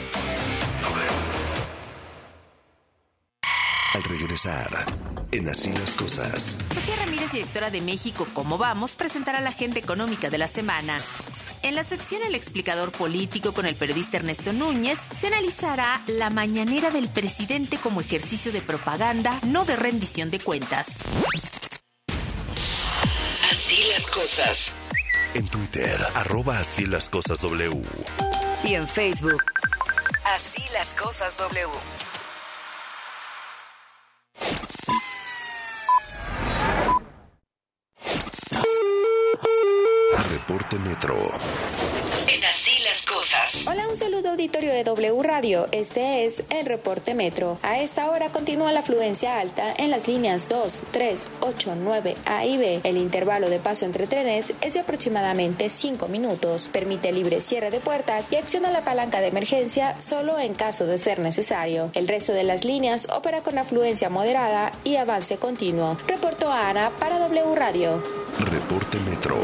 Al regresar, en Así las Cosas. Sofía Ramírez, directora de México ¿Cómo vamos?, presentará la agenda económica de la semana. En la sección El explicador político con el periodista Ernesto Núñez, se analizará la mañanera del presidente como ejercicio de propaganda, no de rendición de cuentas. Así las Cosas. En Twitter, arroba Así las Cosas W. Y en Facebook, Así las Cosas W. Reporte Metro. En Así las Cosas. Hola, un saludo auditorio de W Radio. Este es el Reporte Metro. A esta hora continúa la afluencia alta en las líneas dos, tres, ocho, nueve, A y B. El intervalo de paso entre trenes es de aproximadamente cinco minutos. Permite libre cierre de puertas y acciona la palanca de emergencia solo en caso de ser necesario. El resto de las líneas opera con afluencia moderada y avance continuo. Reportó a Ana para W Radio. Reporte Metro.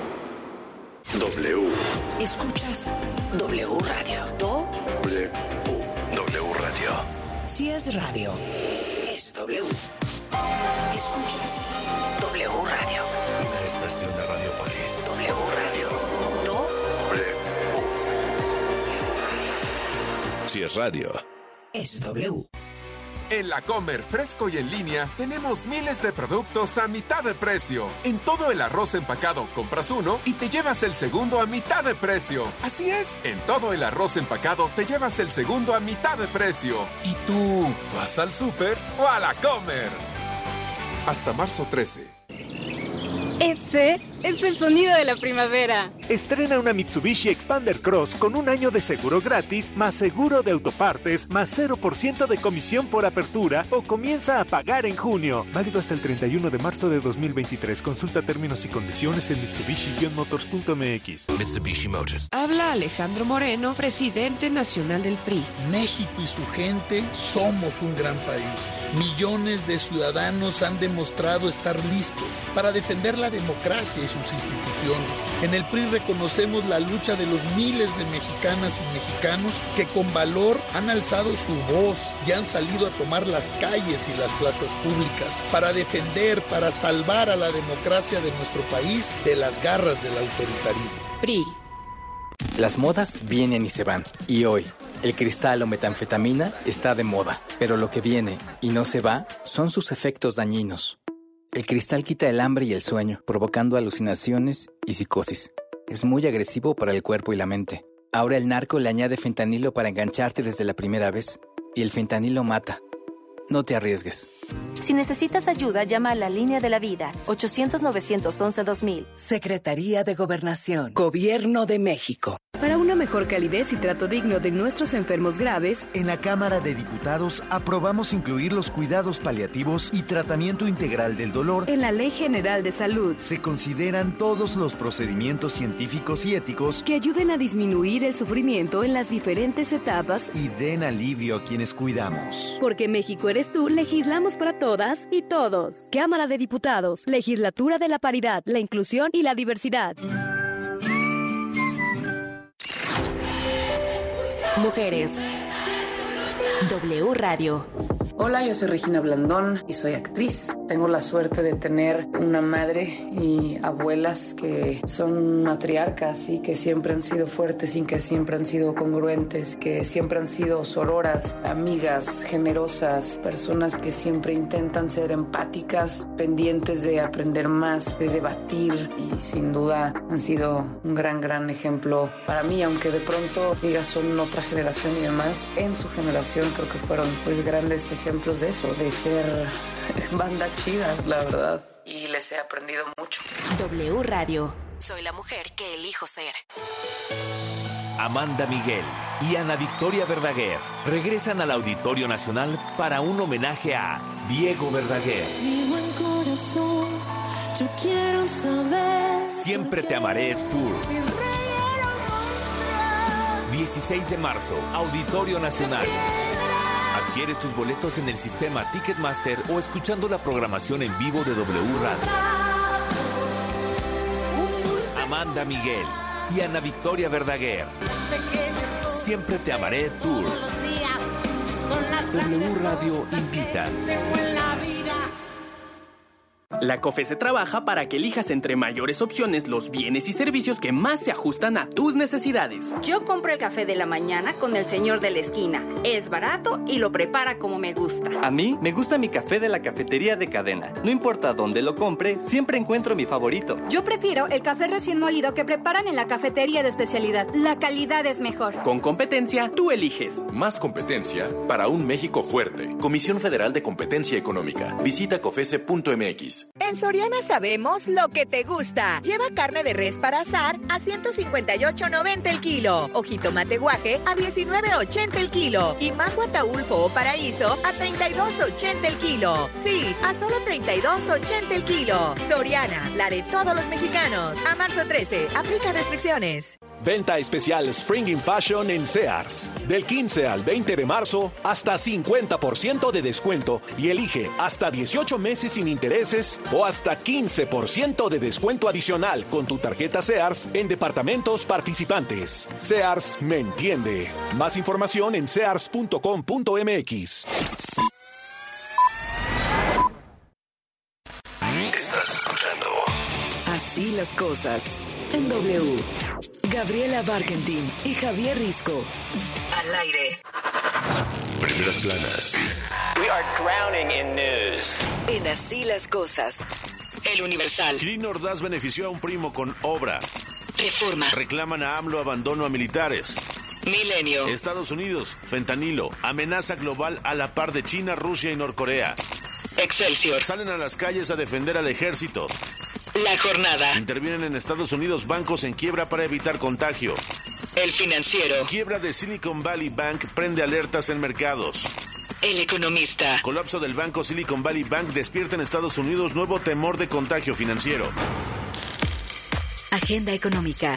W. Escuchas W Radio. Do. W. W Radio. Si es radio, es W. Escuchas W Radio. Una estación de Radiopolis. W Radio. Do. W. Si es radio, es W. En La Comer, fresco y en línea, tenemos miles de productos a mitad de precio. En todo el arroz empacado, compras uno y te llevas el segundo a mitad de precio. Así es, en todo el arroz empacado te llevas el segundo a mitad de precio. ¿Y tú vas al súper o a La Comer? Hasta marzo trece. Ese es el sonido de la primavera. Estrena una Mitsubishi Expander Cross con un año de seguro gratis, más seguro de autopartes, más cero por ciento de comisión por apertura o comienza a pagar en junio. Válido hasta el treinta y uno de marzo de dos mil veintitrés. Consulta términos y condiciones en mitsubishi motors punto m x. Mitsubishi Motors. Habla Alejandro Moreno, presidente nacional del P R I. México y su gente somos un gran país. Millones de ciudadanos han demostrado estar listos para defender la democracia y sus instituciones. En el P R I reconocemos la lucha de los miles de mexicanas y mexicanos que con valor han alzado su voz y han salido a tomar las calles y las plazas públicas para defender, para salvar a la democracia de nuestro país de las garras del autoritarismo. P R I. Las modas vienen y se van. Y hoy, el cristal o metanfetamina está de moda. Pero lo que viene y no se va son sus efectos dañinos. El cristal quita el hambre y el sueño, provocando alucinaciones y psicosis. Es muy agresivo para el cuerpo y la mente. Ahora el narco le añade fentanilo para engancharte desde la primera vez. Y el fentanilo mata. No te arriesgues. Si necesitas ayuda, llama a la Línea de la Vida, ochocientos, novecientos once, dos mil. Secretaría de Gobernación, Gobierno de México. Para una mejor calidez y trato digno de nuestros enfermos graves, en la Cámara de Diputados aprobamos incluir los cuidados paliativos y tratamiento integral del dolor en la Ley General de Salud. Se consideran todos los procedimientos científicos y éticos que ayuden a disminuir el sufrimiento en las diferentes etapas y den alivio a quienes cuidamos. Porque México eres tú, legislamos para todas y todos. Cámara de Diputados, Legislatura de la Paridad, la Inclusión y la Diversidad. Mujeres. W Radio. Hola, yo soy Regina Blandón y soy actriz. Tengo la suerte de tener una madre y abuelas que son matriarcas y que siempre han sido fuertes y que siempre han sido congruentes, que siempre han sido sororas, amigas, generosas, personas que siempre intentan ser empáticas, pendientes de aprender más, de debatir y sin duda han sido un gran, gran ejemplo para mí, aunque de pronto digas son otra generación y demás, en su generación creo que fueron pues grandes ejemplos ejemplos de eso, de ser banda chida, la verdad. Y les he aprendido mucho. W Radio. Soy la mujer que elijo ser. Amanda Miguel y Ana Victoria Verdaguer regresan al Auditorio Nacional para un homenaje a Diego Verdaguer. Mi buen corazón, yo quiero saber. Siempre te amaré Tour. dieciséis de marzo, Auditorio Nacional. Adquiere tus boletos en el sistema Ticketmaster o escuchando la programación en vivo de W Radio. Amanda Miguel y Ana Victoria Verdaguer. Siempre te amaré Tour. W Radio invita. La COFESE trabaja para que elijas entre mayores opciones los bienes y servicios que más se ajustan a tus necesidades. Yo compro el café de la mañana con el señor de la esquina. Es barato y lo prepara como me gusta. A mí me gusta mi café de la cafetería de cadena. No importa dónde lo compre, siempre encuentro mi favorito. Yo prefiero el café recién molido que preparan en la cafetería de especialidad. La calidad es mejor. Con competencia, tú eliges. Más competencia para un México fuerte. Comisión Federal de Competencia Económica. Visita cofese punto m x. En Soriana sabemos lo que te gusta. Lleva carne de res para asar a ciento cincuenta y ocho noventa el kilo. O jitomate guaje a diecinueve ochenta el kilo. Y mango ataulfo o paraíso a treinta y dos ochenta el kilo. Sí, a solo treinta y dos ochenta el kilo. Soriana, la de todos los mexicanos. A marzo trece, aplica restricciones. Venta especial Spring in Fashion en Sears. Del quince al veinte de marzo, hasta cincuenta por ciento de descuento y elige hasta dieciocho meses sin intereses o hasta quince por ciento de descuento adicional con tu tarjeta Sears en departamentos participantes. Sears me entiende. Más información en sears punto com punto m x. Estás escuchando Así las cosas en W. Gabriela Barkentin y Javier Risco. Al aire. Primeras planas. We are drowning in news. En Así las cosas. El Universal. Kirin Ordaz benefició a un primo con obra. Reforma. Reclaman a AMLO abandono a militares. Milenio. Estados Unidos, fentanilo, amenaza global a la par de China, Rusia y Norcorea. Excelsior. Salen a las calles a defender al ejército. La jornada. Intervienen en Estados Unidos bancos en quiebra para evitar contagio. El Financiero. Quiebra de Silicon Valley Bank prende alertas en mercados. El Economista. Colapso del banco Silicon Valley Bank despierta en Estados Unidos nuevo temor de contagio financiero. Agenda económica.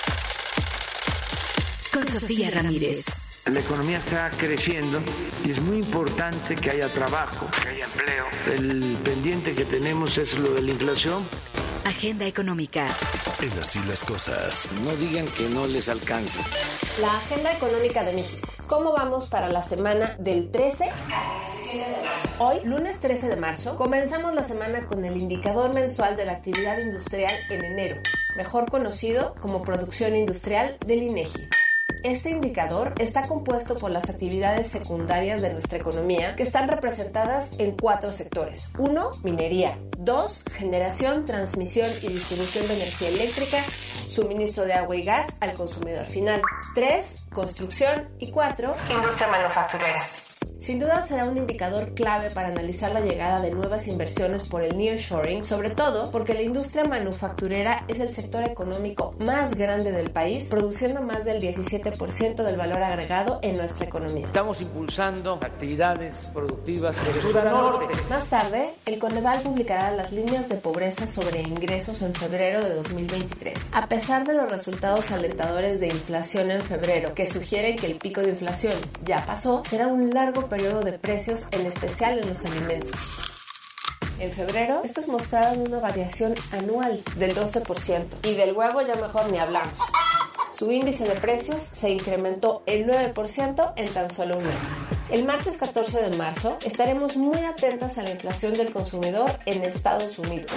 Con Sofía Ramírez. La economía está creciendo y es muy importante que haya trabajo, que haya empleo. El pendiente que tenemos es lo de la inflación. Agenda económica. En Así las cosas. No digan que no les alcanza. La agenda económica de México. ¿Cómo vamos para la semana del trece al diecisiete de marzo? Hoy, lunes trece de marzo, comenzamos la semana con el indicador mensual de la actividad industrial en enero, mejor conocido como producción industrial del INEGI. Este indicador está compuesto por las actividades secundarias de nuestra economía que están representadas en cuatro sectores. uno. Minería. dos. Generación, transmisión y distribución de energía eléctrica, suministro de agua y gas al consumidor final. tres. Construcción. Y cuatro. Industria manufacturera. Sin duda será un indicador clave para analizar la llegada de nuevas inversiones por el nearshoring, sobre todo porque la industria manufacturera es el sector económico más grande del país, produciendo más del diecisiete por ciento del valor agregado en nuestra economía. Estamos impulsando actividades productivas de sur a norte. Más tarde, el Coneval publicará las líneas de pobreza sobre ingresos en febrero de dos mil veintitrés. A pesar de los resultados alentadores de inflación en febrero, que sugieren que el pico de inflación ya pasó, será un largo periodo de precios, en especial en los alimentos. En febrero, estos mostraron una variación anual del doce por ciento y del huevo ya mejor ni hablamos. Su índice de precios se incrementó el nueve por ciento en tan solo un mes. El martes catorce de marzo estaremos muy atentas a la inflación del consumidor en Estados Unidos.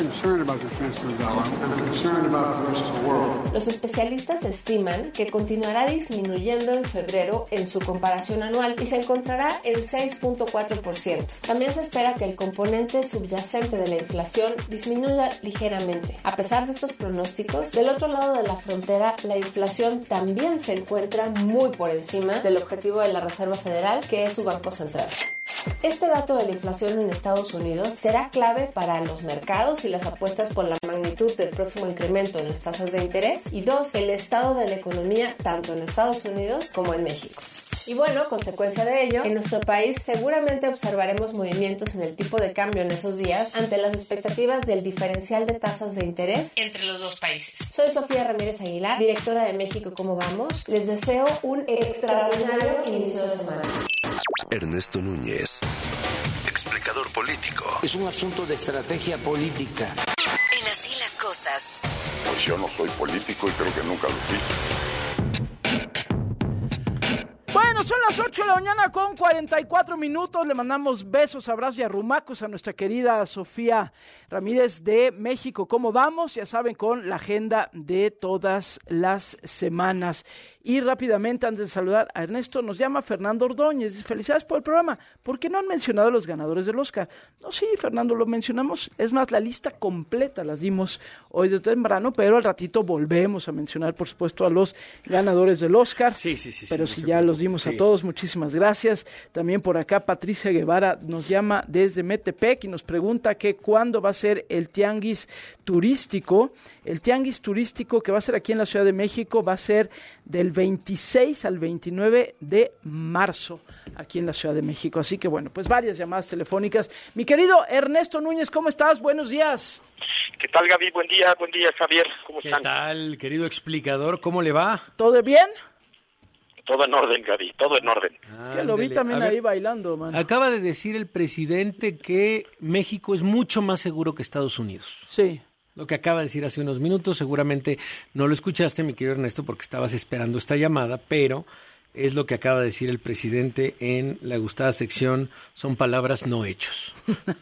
Los especialistas estiman que continuará disminuyendo en febrero en su comparación anual y se encontrará en seis punto cuatro por ciento. También se espera que el componente subyacente de la inflación disminuya ligeramente. A pesar de estos pronósticos, del otro lado de la frontera, la inflación también se encuentra muy por encima del objetivo de la Reserva Federal, que es su Banco Central. Este dato de la inflación en Estados Unidos será clave para los mercados y las apuestas por la magnitud del próximo incremento en las tasas de interés. Y dos, el estado de la economía tanto en Estados Unidos como en México. Y bueno, consecuencia de ello, en nuestro país seguramente observaremos movimientos en el tipo de cambio en esos días ante las expectativas del diferencial de tasas de interés entre los dos países. Soy Sofía Ramírez Aguilar, directora de México ¿Cómo vamos? Les deseo un extraordinario inicio de semana. Ernesto Núñez, explicador político. Es un asunto de estrategia política. En Así las Cosas. Pues yo no soy político y creo que nunca lo fui. Bueno, son las ocho de la mañana con cuarenta y cuatro minutos. Le mandamos besos, abrazos y arrumacos a nuestra querida Sofía Ramírez de México. ¿Cómo vamos? Ya saben, con la agenda de todas las semanas. Y rápidamente, antes de saludar a Ernesto, nos llama Fernando Ordóñez. Felicidades por el programa. ¿Por qué no han mencionado a los ganadores del Oscar? No, sí, Fernando, lo mencionamos. Es más, la lista completa las dimos hoy de temprano, pero al ratito volvemos a mencionar, por supuesto, a los ganadores del Oscar. Sí, sí, sí. Pero sí, si no ya los dimos sí. a todos, muchísimas gracias. También por acá Patricia Guevara nos llama desde Metepec y nos pregunta que cuándo va a ser el tianguis turístico. El tianguis turístico que va a ser aquí en la Ciudad de México va a ser del veintiséis al veintinueve de marzo aquí en la Ciudad de México. Así que bueno, pues varias llamadas telefónicas. Mi querido Ernesto Núñez, ¿cómo estás? Buenos días. ¿Qué tal, Gaby? Buen día, buen día, Javier. ¿Cómo están? ¿Qué tal, querido explicador? ¿Cómo le va? ¿Todo bien? Todo en orden, Gaby, todo en orden. Es que lo vi también ahí bailando, man. Acaba de decir el presidente que México es mucho más seguro que Estados Unidos. Sí. Lo que acaba de decir hace unos minutos, seguramente no lo escuchaste, mi querido Ernesto, porque estabas esperando esta llamada, pero es lo que acaba de decir el presidente en la gustada sección Son palabras no hechos.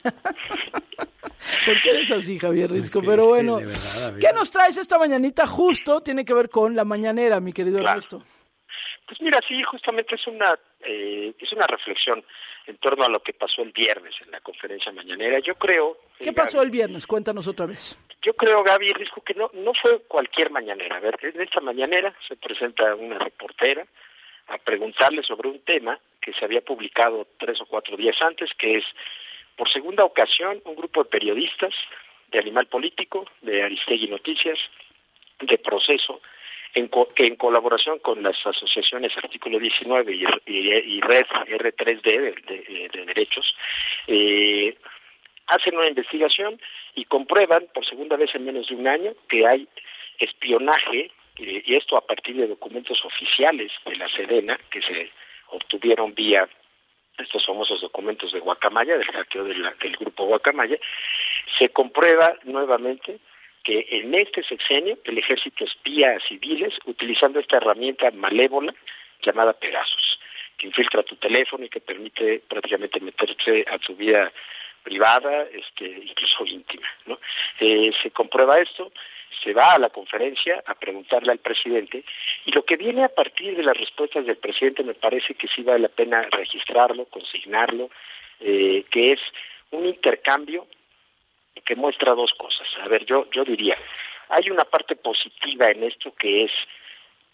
¿Por qué eres así, Javier Risco? Es que, pero es bueno, que de verdad, ¿qué nos traes esta mañanita? Justo tiene que ver con la mañanera, mi querido claro. Ernesto. Pues mira, sí, justamente es una eh, es una reflexión en torno a lo que pasó el viernes en la conferencia mañanera. Yo creo... ¿Qué pasó el viernes? Cuéntanos otra vez. Yo creo, Gaby, Risco, que no no fue cualquier mañanera. A ver, en esta mañanera se presenta una reportera a preguntarle sobre un tema que se había publicado tres o cuatro días antes, que es, por segunda ocasión, un grupo de periodistas de Animal Político, de Aristegui Noticias, de Proceso, en co- que en colaboración con las asociaciones Artículo diecinueve y, y, y Red R tres D de, de, de Derechos, eh, hacen una investigación y comprueban por segunda vez en menos de un año que hay espionaje, eh, y esto a partir de documentos oficiales de la Sedena que se obtuvieron vía estos famosos documentos de Guacamaya, del hackeo de la, del grupo Guacamaya. Se comprueba nuevamente que en este sexenio el ejército espía a civiles utilizando esta herramienta malévola llamada Pegasus, que infiltra tu teléfono y que permite prácticamente meterse a tu vida privada, este, incluso íntima, ¿no? Eh, se comprueba esto, se va a la conferencia a preguntarle al presidente, y lo que viene a partir de las respuestas del presidente me parece que sí vale la pena registrarlo, consignarlo, eh, que es un intercambio que muestra dos cosas. A ver, yo yo diría, hay una parte positiva en esto que es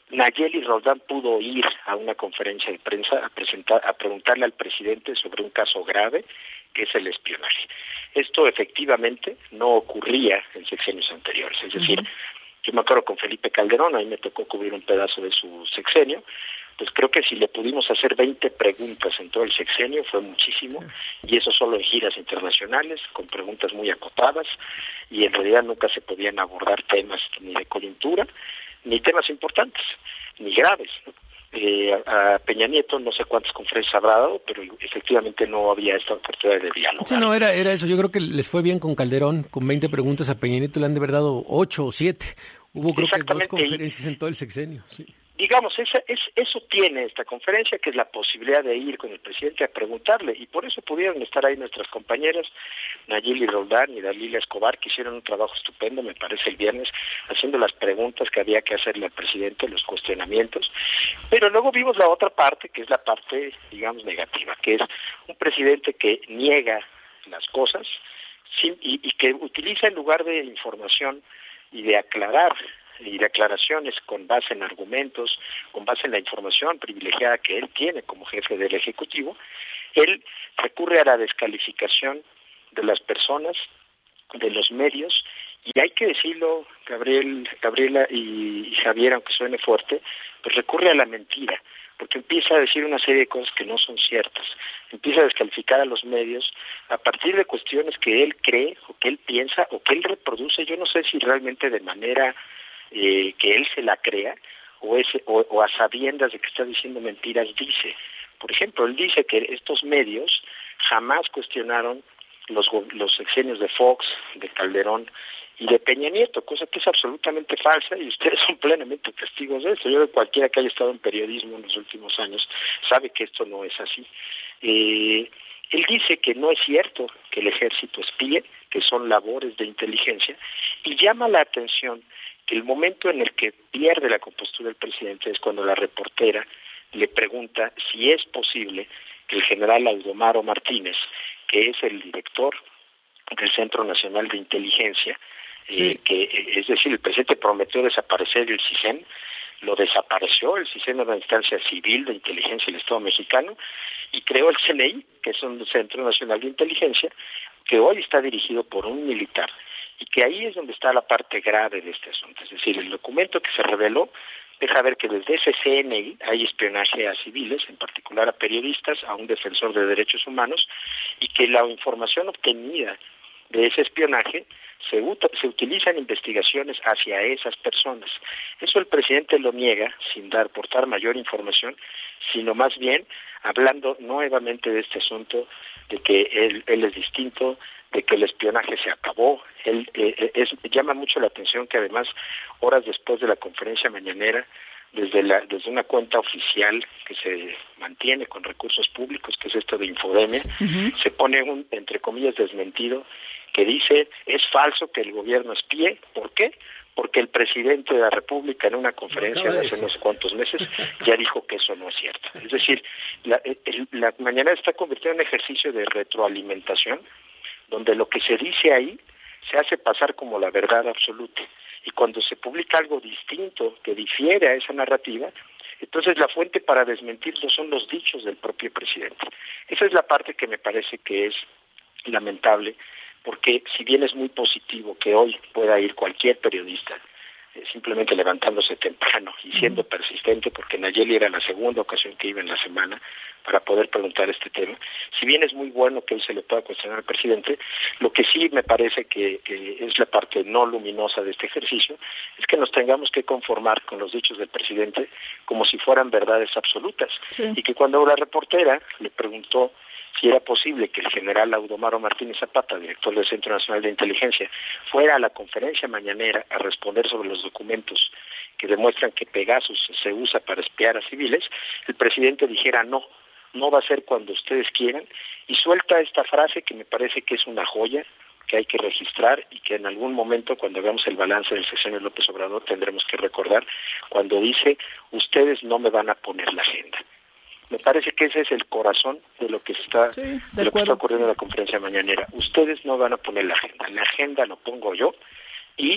Nayeli Roldán pudo ir a una conferencia de prensa a presentar, a preguntarle al presidente sobre un caso grave que es el espionaje. Esto efectivamente no ocurría en sexenios anteriores, es decir, uh-huh. yo me acuerdo con Felipe Calderón, a mí me tocó cubrir un pedazo de su sexenio, pues creo que si le pudimos hacer veinte preguntas en todo el sexenio fue muchísimo, y eso solo en giras internacionales, con preguntas muy acotadas, y en realidad nunca se podían abordar temas ni de coyuntura, ni temas importantes, ni graves, ¿no? Eh, a, a Peña Nieto no sé cuántas conferencias habrá dado, pero efectivamente no había esta oportunidad de diálogo. Sí, no, era, era eso. Yo creo que les fue bien con Calderón, con veinte preguntas. A Peña Nieto le han de haber dado ocho o siete. Hubo creo que dos conferencias en todo el sexenio. Sí. Digamos, esa, es, eso tiene esta conferencia, que es la posibilidad de ir con el presidente a preguntarle, y por eso pudieron estar ahí nuestras compañeras Nayeli Roldán y Dalila Escobar, que hicieron un trabajo estupendo, me parece, el viernes, haciendo las preguntas que había que hacerle al presidente, los cuestionamientos, pero luego vimos la otra parte, que es la parte, digamos, negativa, que es un presidente que niega las cosas sin, y, y que utiliza, en lugar de información y de aclarar y de aclaraciones con base en argumentos, con base en la información privilegiada que él tiene como jefe del Ejecutivo, él recurre a la descalificación de las personas, de los medios, y hay que decirlo, Gabriel, Gabriela y, y Javier, aunque suene fuerte, pues recurre a la mentira, porque empieza a decir una serie de cosas que no son ciertas, empieza a descalificar a los medios a partir de cuestiones que él cree, o que él piensa, o que él reproduce, yo no sé si realmente de manera Eh, que él se la crea o, ese, o, o a sabiendas de que está diciendo mentiras dice. Por ejemplo, él dice que estos medios jamás cuestionaron los, los sexenios de Fox, de Calderón y de Peña Nieto, cosa que es absolutamente falsa, y ustedes son plenamente testigos de esto. Yo creo que cualquiera que haya estado en periodismo en los últimos años sabe que esto no es así. Eh, él dice que no es cierto que el ejército espíe, que son labores de inteligencia, y llama la atención que el momento en el que pierde la compostura el presidente es cuando la reportera le pregunta si es posible que el general Audomaro Martínez, que es el director del Centro Nacional de Inteligencia, sí. eh, que es decir, el presidente prometió desaparecer el CISEN, lo desapareció, el CISEN era una instancia civil de inteligencia del Estado mexicano, y creó el C N I, que es un Centro Nacional de Inteligencia, que hoy está dirigido por un militar, y que ahí es donde está la parte grave de este asunto. Es decir, el documento que se reveló deja ver que desde ese C N I hay espionaje a civiles, en particular a periodistas, a un defensor de derechos humanos, y que la información obtenida de ese espionaje se, ut- se utiliza en investigaciones hacia esas personas. Eso el presidente lo niega sin dar, portar mayor información, sino más bien hablando nuevamente de este asunto, de que él, él es distinto, de que el espionaje se acabó. Él eh, es, llama mucho la atención que además, horas después de la conferencia mañanera, desde la desde una cuenta oficial que se mantiene con recursos públicos, que es esto de Infodemia, uh-huh. se pone un, entre comillas, desmentido, que dice, es falso que el gobierno espíe. ¿Por qué? Porque el presidente de la República en una conferencia de hace no sé cuántos meses ya dijo que eso no es cierto. Es decir, la, el, la mañana está convirtiendo en un ejercicio de retroalimentación, donde lo que se dice ahí se hace pasar como la verdad absoluta. Y cuando se publica algo distinto que difiere a esa narrativa, entonces la fuente para desmentirlo son los dichos del propio presidente. Esa es la parte que me parece que es lamentable, porque si bien es muy positivo que hoy pueda ir cualquier periodista eh, simplemente levantándose temprano y siendo uh-huh. persistente, porque Nayeli era la segunda ocasión que iba en la semana para poder preguntar este tema, si bien es muy bueno que hoy se le pueda cuestionar al presidente, lo que sí me parece que, que es la parte no luminosa de este ejercicio, es que nos tengamos que conformar con los dichos del presidente como si fueran verdades absolutas, sí. y que cuando la reportera le preguntó si era posible que el general Audomaro Martínez Zapata, director del Centro Nacional de Inteligencia, fuera a la conferencia mañanera a responder sobre los documentos que demuestran que Pegasus se usa para espiar a civiles, el presidente dijera no, no va a ser cuando ustedes quieran, y suelta esta frase que me parece que es una joya, que hay que registrar y que en algún momento, cuando hagamos el balance del sexenio de López Obrador, tendremos que recordar, cuando dice, ustedes no me van a poner la agenda. Me parece que ese es el corazón de lo que está sí, de, de lo que está ocurriendo en la conferencia mañanera. Ustedes no van a poner la agenda, la agenda lo pongo yo, y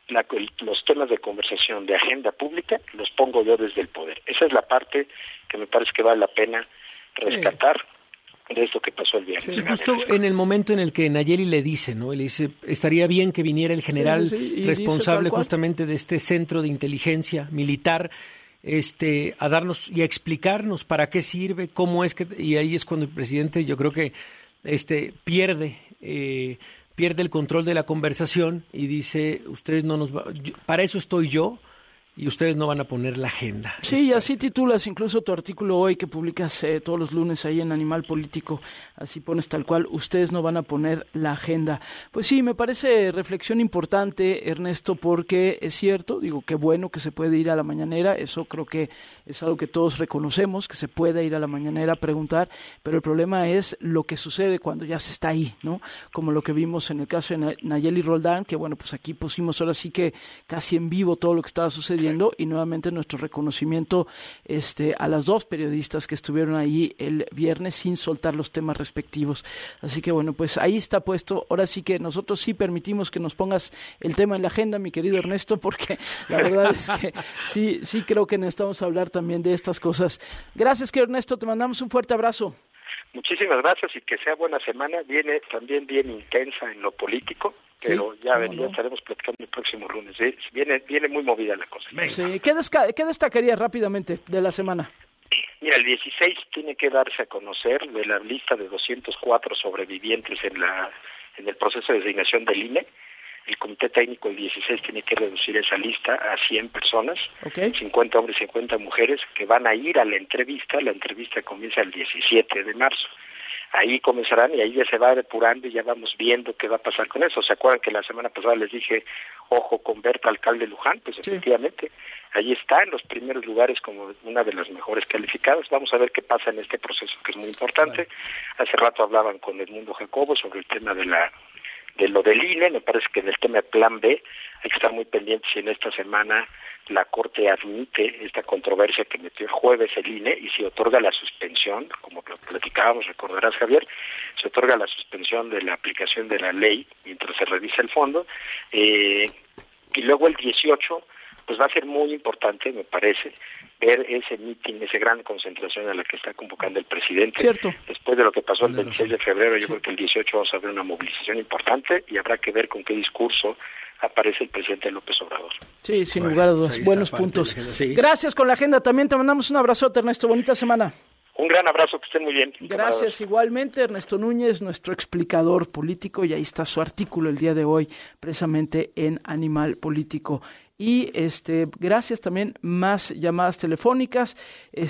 la, los temas de conversación de agenda pública los pongo yo desde el poder. Esa es la parte que me parece que vale la pena rescatar sí. de esto que pasó el viernes. Sí, justo en el momento en el que Nayeli le dice, ¿no? Le dice, estaría bien que viniera el general sí, sí, sí. responsable justamente de este centro de inteligencia militar, este, a darnos y a explicarnos para qué sirve, cómo es que, y ahí es cuando el presidente, yo creo que este pierde eh, pierde el control de la conversación y dice, ustedes no nos va, yo, para eso estoy yo, y ustedes no van a poner la agenda. Sí, y así titulas incluso tu artículo hoy que publicas eh, todos los lunes ahí en Animal Político, así pones tal cual, ustedes no van a poner la agenda. Pues sí, me parece reflexión importante, Ernesto, porque es cierto, digo, qué bueno que se puede ir a la mañanera, eso creo que es algo que todos reconocemos, que se puede ir a la mañanera a preguntar, pero el problema es lo que sucede cuando ya se está ahí, ¿no? Como lo que vimos en el caso de Nayeli Roldán, que bueno, pues aquí pusimos ahora sí que casi en vivo todo lo que estaba sucediendo, y nuevamente nuestro reconocimiento este, a las dos periodistas que estuvieron ahí el viernes sin soltar los temas respectivos. Así que bueno, pues ahí está puesto. Ahora sí que nosotros sí permitimos que nos pongas el tema en la agenda, mi querido Ernesto, porque la verdad es que sí, sí creo que necesitamos hablar también de estas cosas. Gracias, querido Ernesto, te mandamos un fuerte abrazo. Muchísimas gracias y que sea buena semana. Viene también bien intensa en lo político, pero sí, ya, ven, no? ya estaremos platicando el próximo lunes. ¿eh? Viene viene muy movida la cosa. Sí. ¿Qué, desca- ¿Qué destacaría rápidamente de la semana? Mira, el dieciséis tiene que darse a conocer de la lista de doscientos cuatro sobrevivientes en la en el proceso de designación del I N E. El comité técnico el dieciséis tiene que reducir esa lista a cien personas, okay. cincuenta hombres y cincuenta mujeres, que van a ir a la entrevista. La entrevista comienza el diecisiete de marzo. Ahí comenzarán y ahí ya se va depurando y ya vamos viendo qué va a pasar con eso. ¿Se acuerdan que la semana pasada les dije, ojo con Berta, alcalde de Luján? Pues sí. Efectivamente, ahí está en los primeros lugares como una de las mejores calificadas. Vamos a ver qué pasa en este proceso, que es muy importante. Vale. Hace rato hablaban con Edmundo Jacobo sobre el tema de la de lo del I N E. Me parece que en el tema de Plan B hay que estar muy pendientes si en esta semana la Corte admite esta controversia que metió el jueves el I N E y si otorga la suspensión, como lo platicábamos, recordarás, Javier, se otorga la suspensión de la aplicación de la ley mientras se revisa el fondo. Eh, y luego el dieciocho, pues va a ser muy importante, me parece, ver ese mitin, esa gran concentración a la que está convocando el presidente. Cierto. Después de lo que pasó el veintiséis de febrero, yo sí. creo que el dieciocho vamos a ver una movilización importante y habrá que ver con qué discurso aparece el presidente López Obrador. Sí, sin bueno, lugar a dudas, buenos puntos. Sí. Gracias con la agenda, también te mandamos un abrazote, Ernesto, bonita semana. Un gran abrazo, que estén muy bien. Gracias, camaradas. Igualmente, Ernesto Núñez, nuestro explicador político, y ahí está su artículo el día de hoy, precisamente en Animal Político. Y este gracias también, más llamadas telefónicas,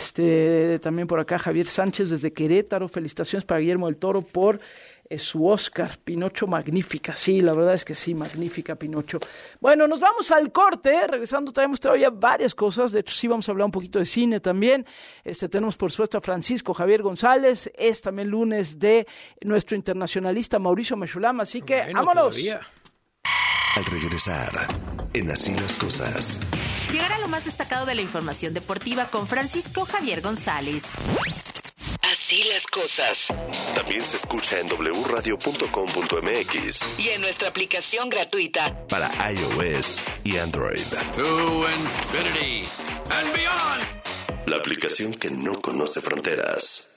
este también por acá Javier Sánchez desde Querétaro, felicitaciones para Guillermo del Toro por eh, su Oscar, Pinocho magnífica, sí, la verdad es que sí, magnífica Pinocho. Bueno, nos vamos al corte, regresando traemos todavía varias cosas, de hecho sí vamos a hablar un poquito de cine también, este tenemos por supuesto a Francisco Javier González, es también lunes de nuestro internacionalista Mauricio Mechulam, así que bueno, vámonos. Todavía. Al regresar, en Así las Cosas. Llegar a lo más destacado de la información deportiva con Francisco Javier González. Así las cosas. También se escucha en doble u radio punto com punto m x. Y en nuestra aplicación gratuita. Para iOS y Android. To infinity and beyond. La aplicación que no conoce fronteras.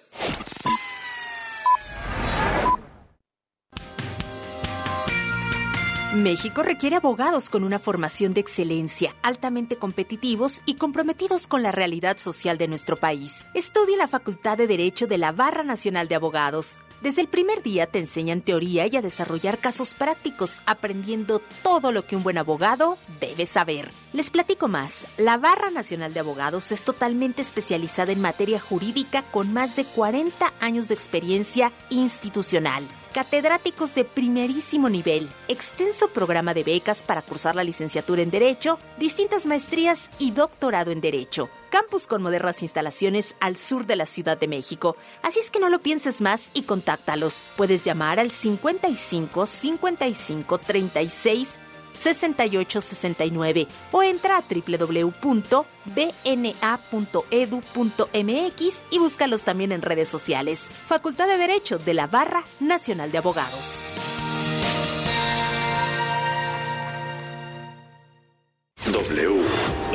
México requiere abogados con una formación de excelencia, altamente competitivos y comprometidos con la realidad social de nuestro país. Estudia en la Facultad de Derecho de la Barra Nacional de Abogados. Desde el primer día te enseñan teoría y a desarrollar casos prácticos, aprendiendo todo lo que un buen abogado debe saber. Les platico más. La Barra Nacional de Abogados es totalmente especializada en materia jurídica con más de cuarenta años de experiencia institucional. Catedráticos de primerísimo nivel, extenso programa de becas para cursar la licenciatura en Derecho, distintas maestrías y doctorado en Derecho. Campus con modernas instalaciones al sur de la Ciudad de México. Así es que no lo pienses más y contáctalos. Puedes llamar al cincuenta y cinco, cincuenta y cinco, treinta y seis, sesenta y ocho sesenta y nueve o entra a doble u doble u doble u punto b n a punto e d u punto m x y búscalos también en redes sociales. Facultad de Derecho de la Barra Nacional de Abogados.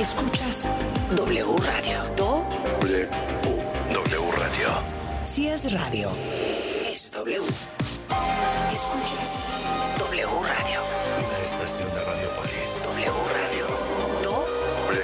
Escuchas W Radio. W. W Radio. Si es radio, es W. Escuchas W Radio. Una estación de Radiopolis. W Radio. W.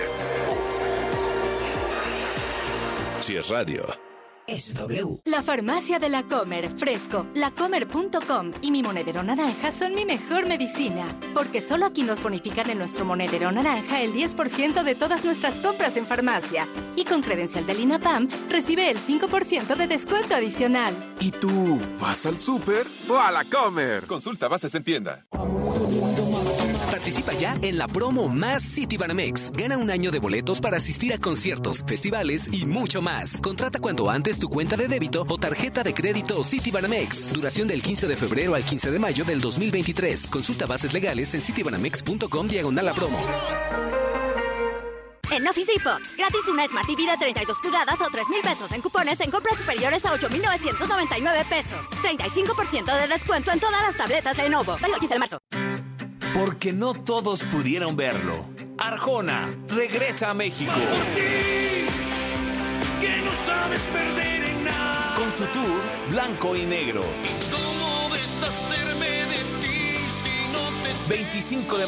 Si es radio, es W. La farmacia de La Comer, Fresco, lacomer punto com y mi monedero naranja son mi mejor medicina. Porque solo aquí nos bonifican en nuestro monedero naranja el diez por ciento de todas nuestras compras en farmacia. Y con credencial del INAPAM recibe el cinco por ciento de descuento adicional. ¿Y tú vas al súper o a La Comer? Consulta bases en tienda. Participa ya en la promo Más Citibanamex. Gana un año de boletos para asistir a conciertos, festivales y mucho más. Contrata cuanto antes tu cuenta de débito o tarjeta de crédito Citibanamex. Duración del quince de febrero al quince de mayo del dos mil veintitrés. Consulta bases legales en citibanamex punto com diagonal la promo. En Office Depot, gratis una Smart T V de treinta y dos pulgadas o tres mil pesos en cupones en compras superiores a ocho mil novecientos noventa y nueve pesos. treinta y cinco por ciento de descuento en todas las tabletas Lenovo. Válido el quince de marzo. Porque no todos pudieron verlo. Arjona regresa a México. Por ti, que no sabes perder en nada. Con su tour Blanco y Negro. ¿Cómo deshacerme de ti si no te... veinticinco de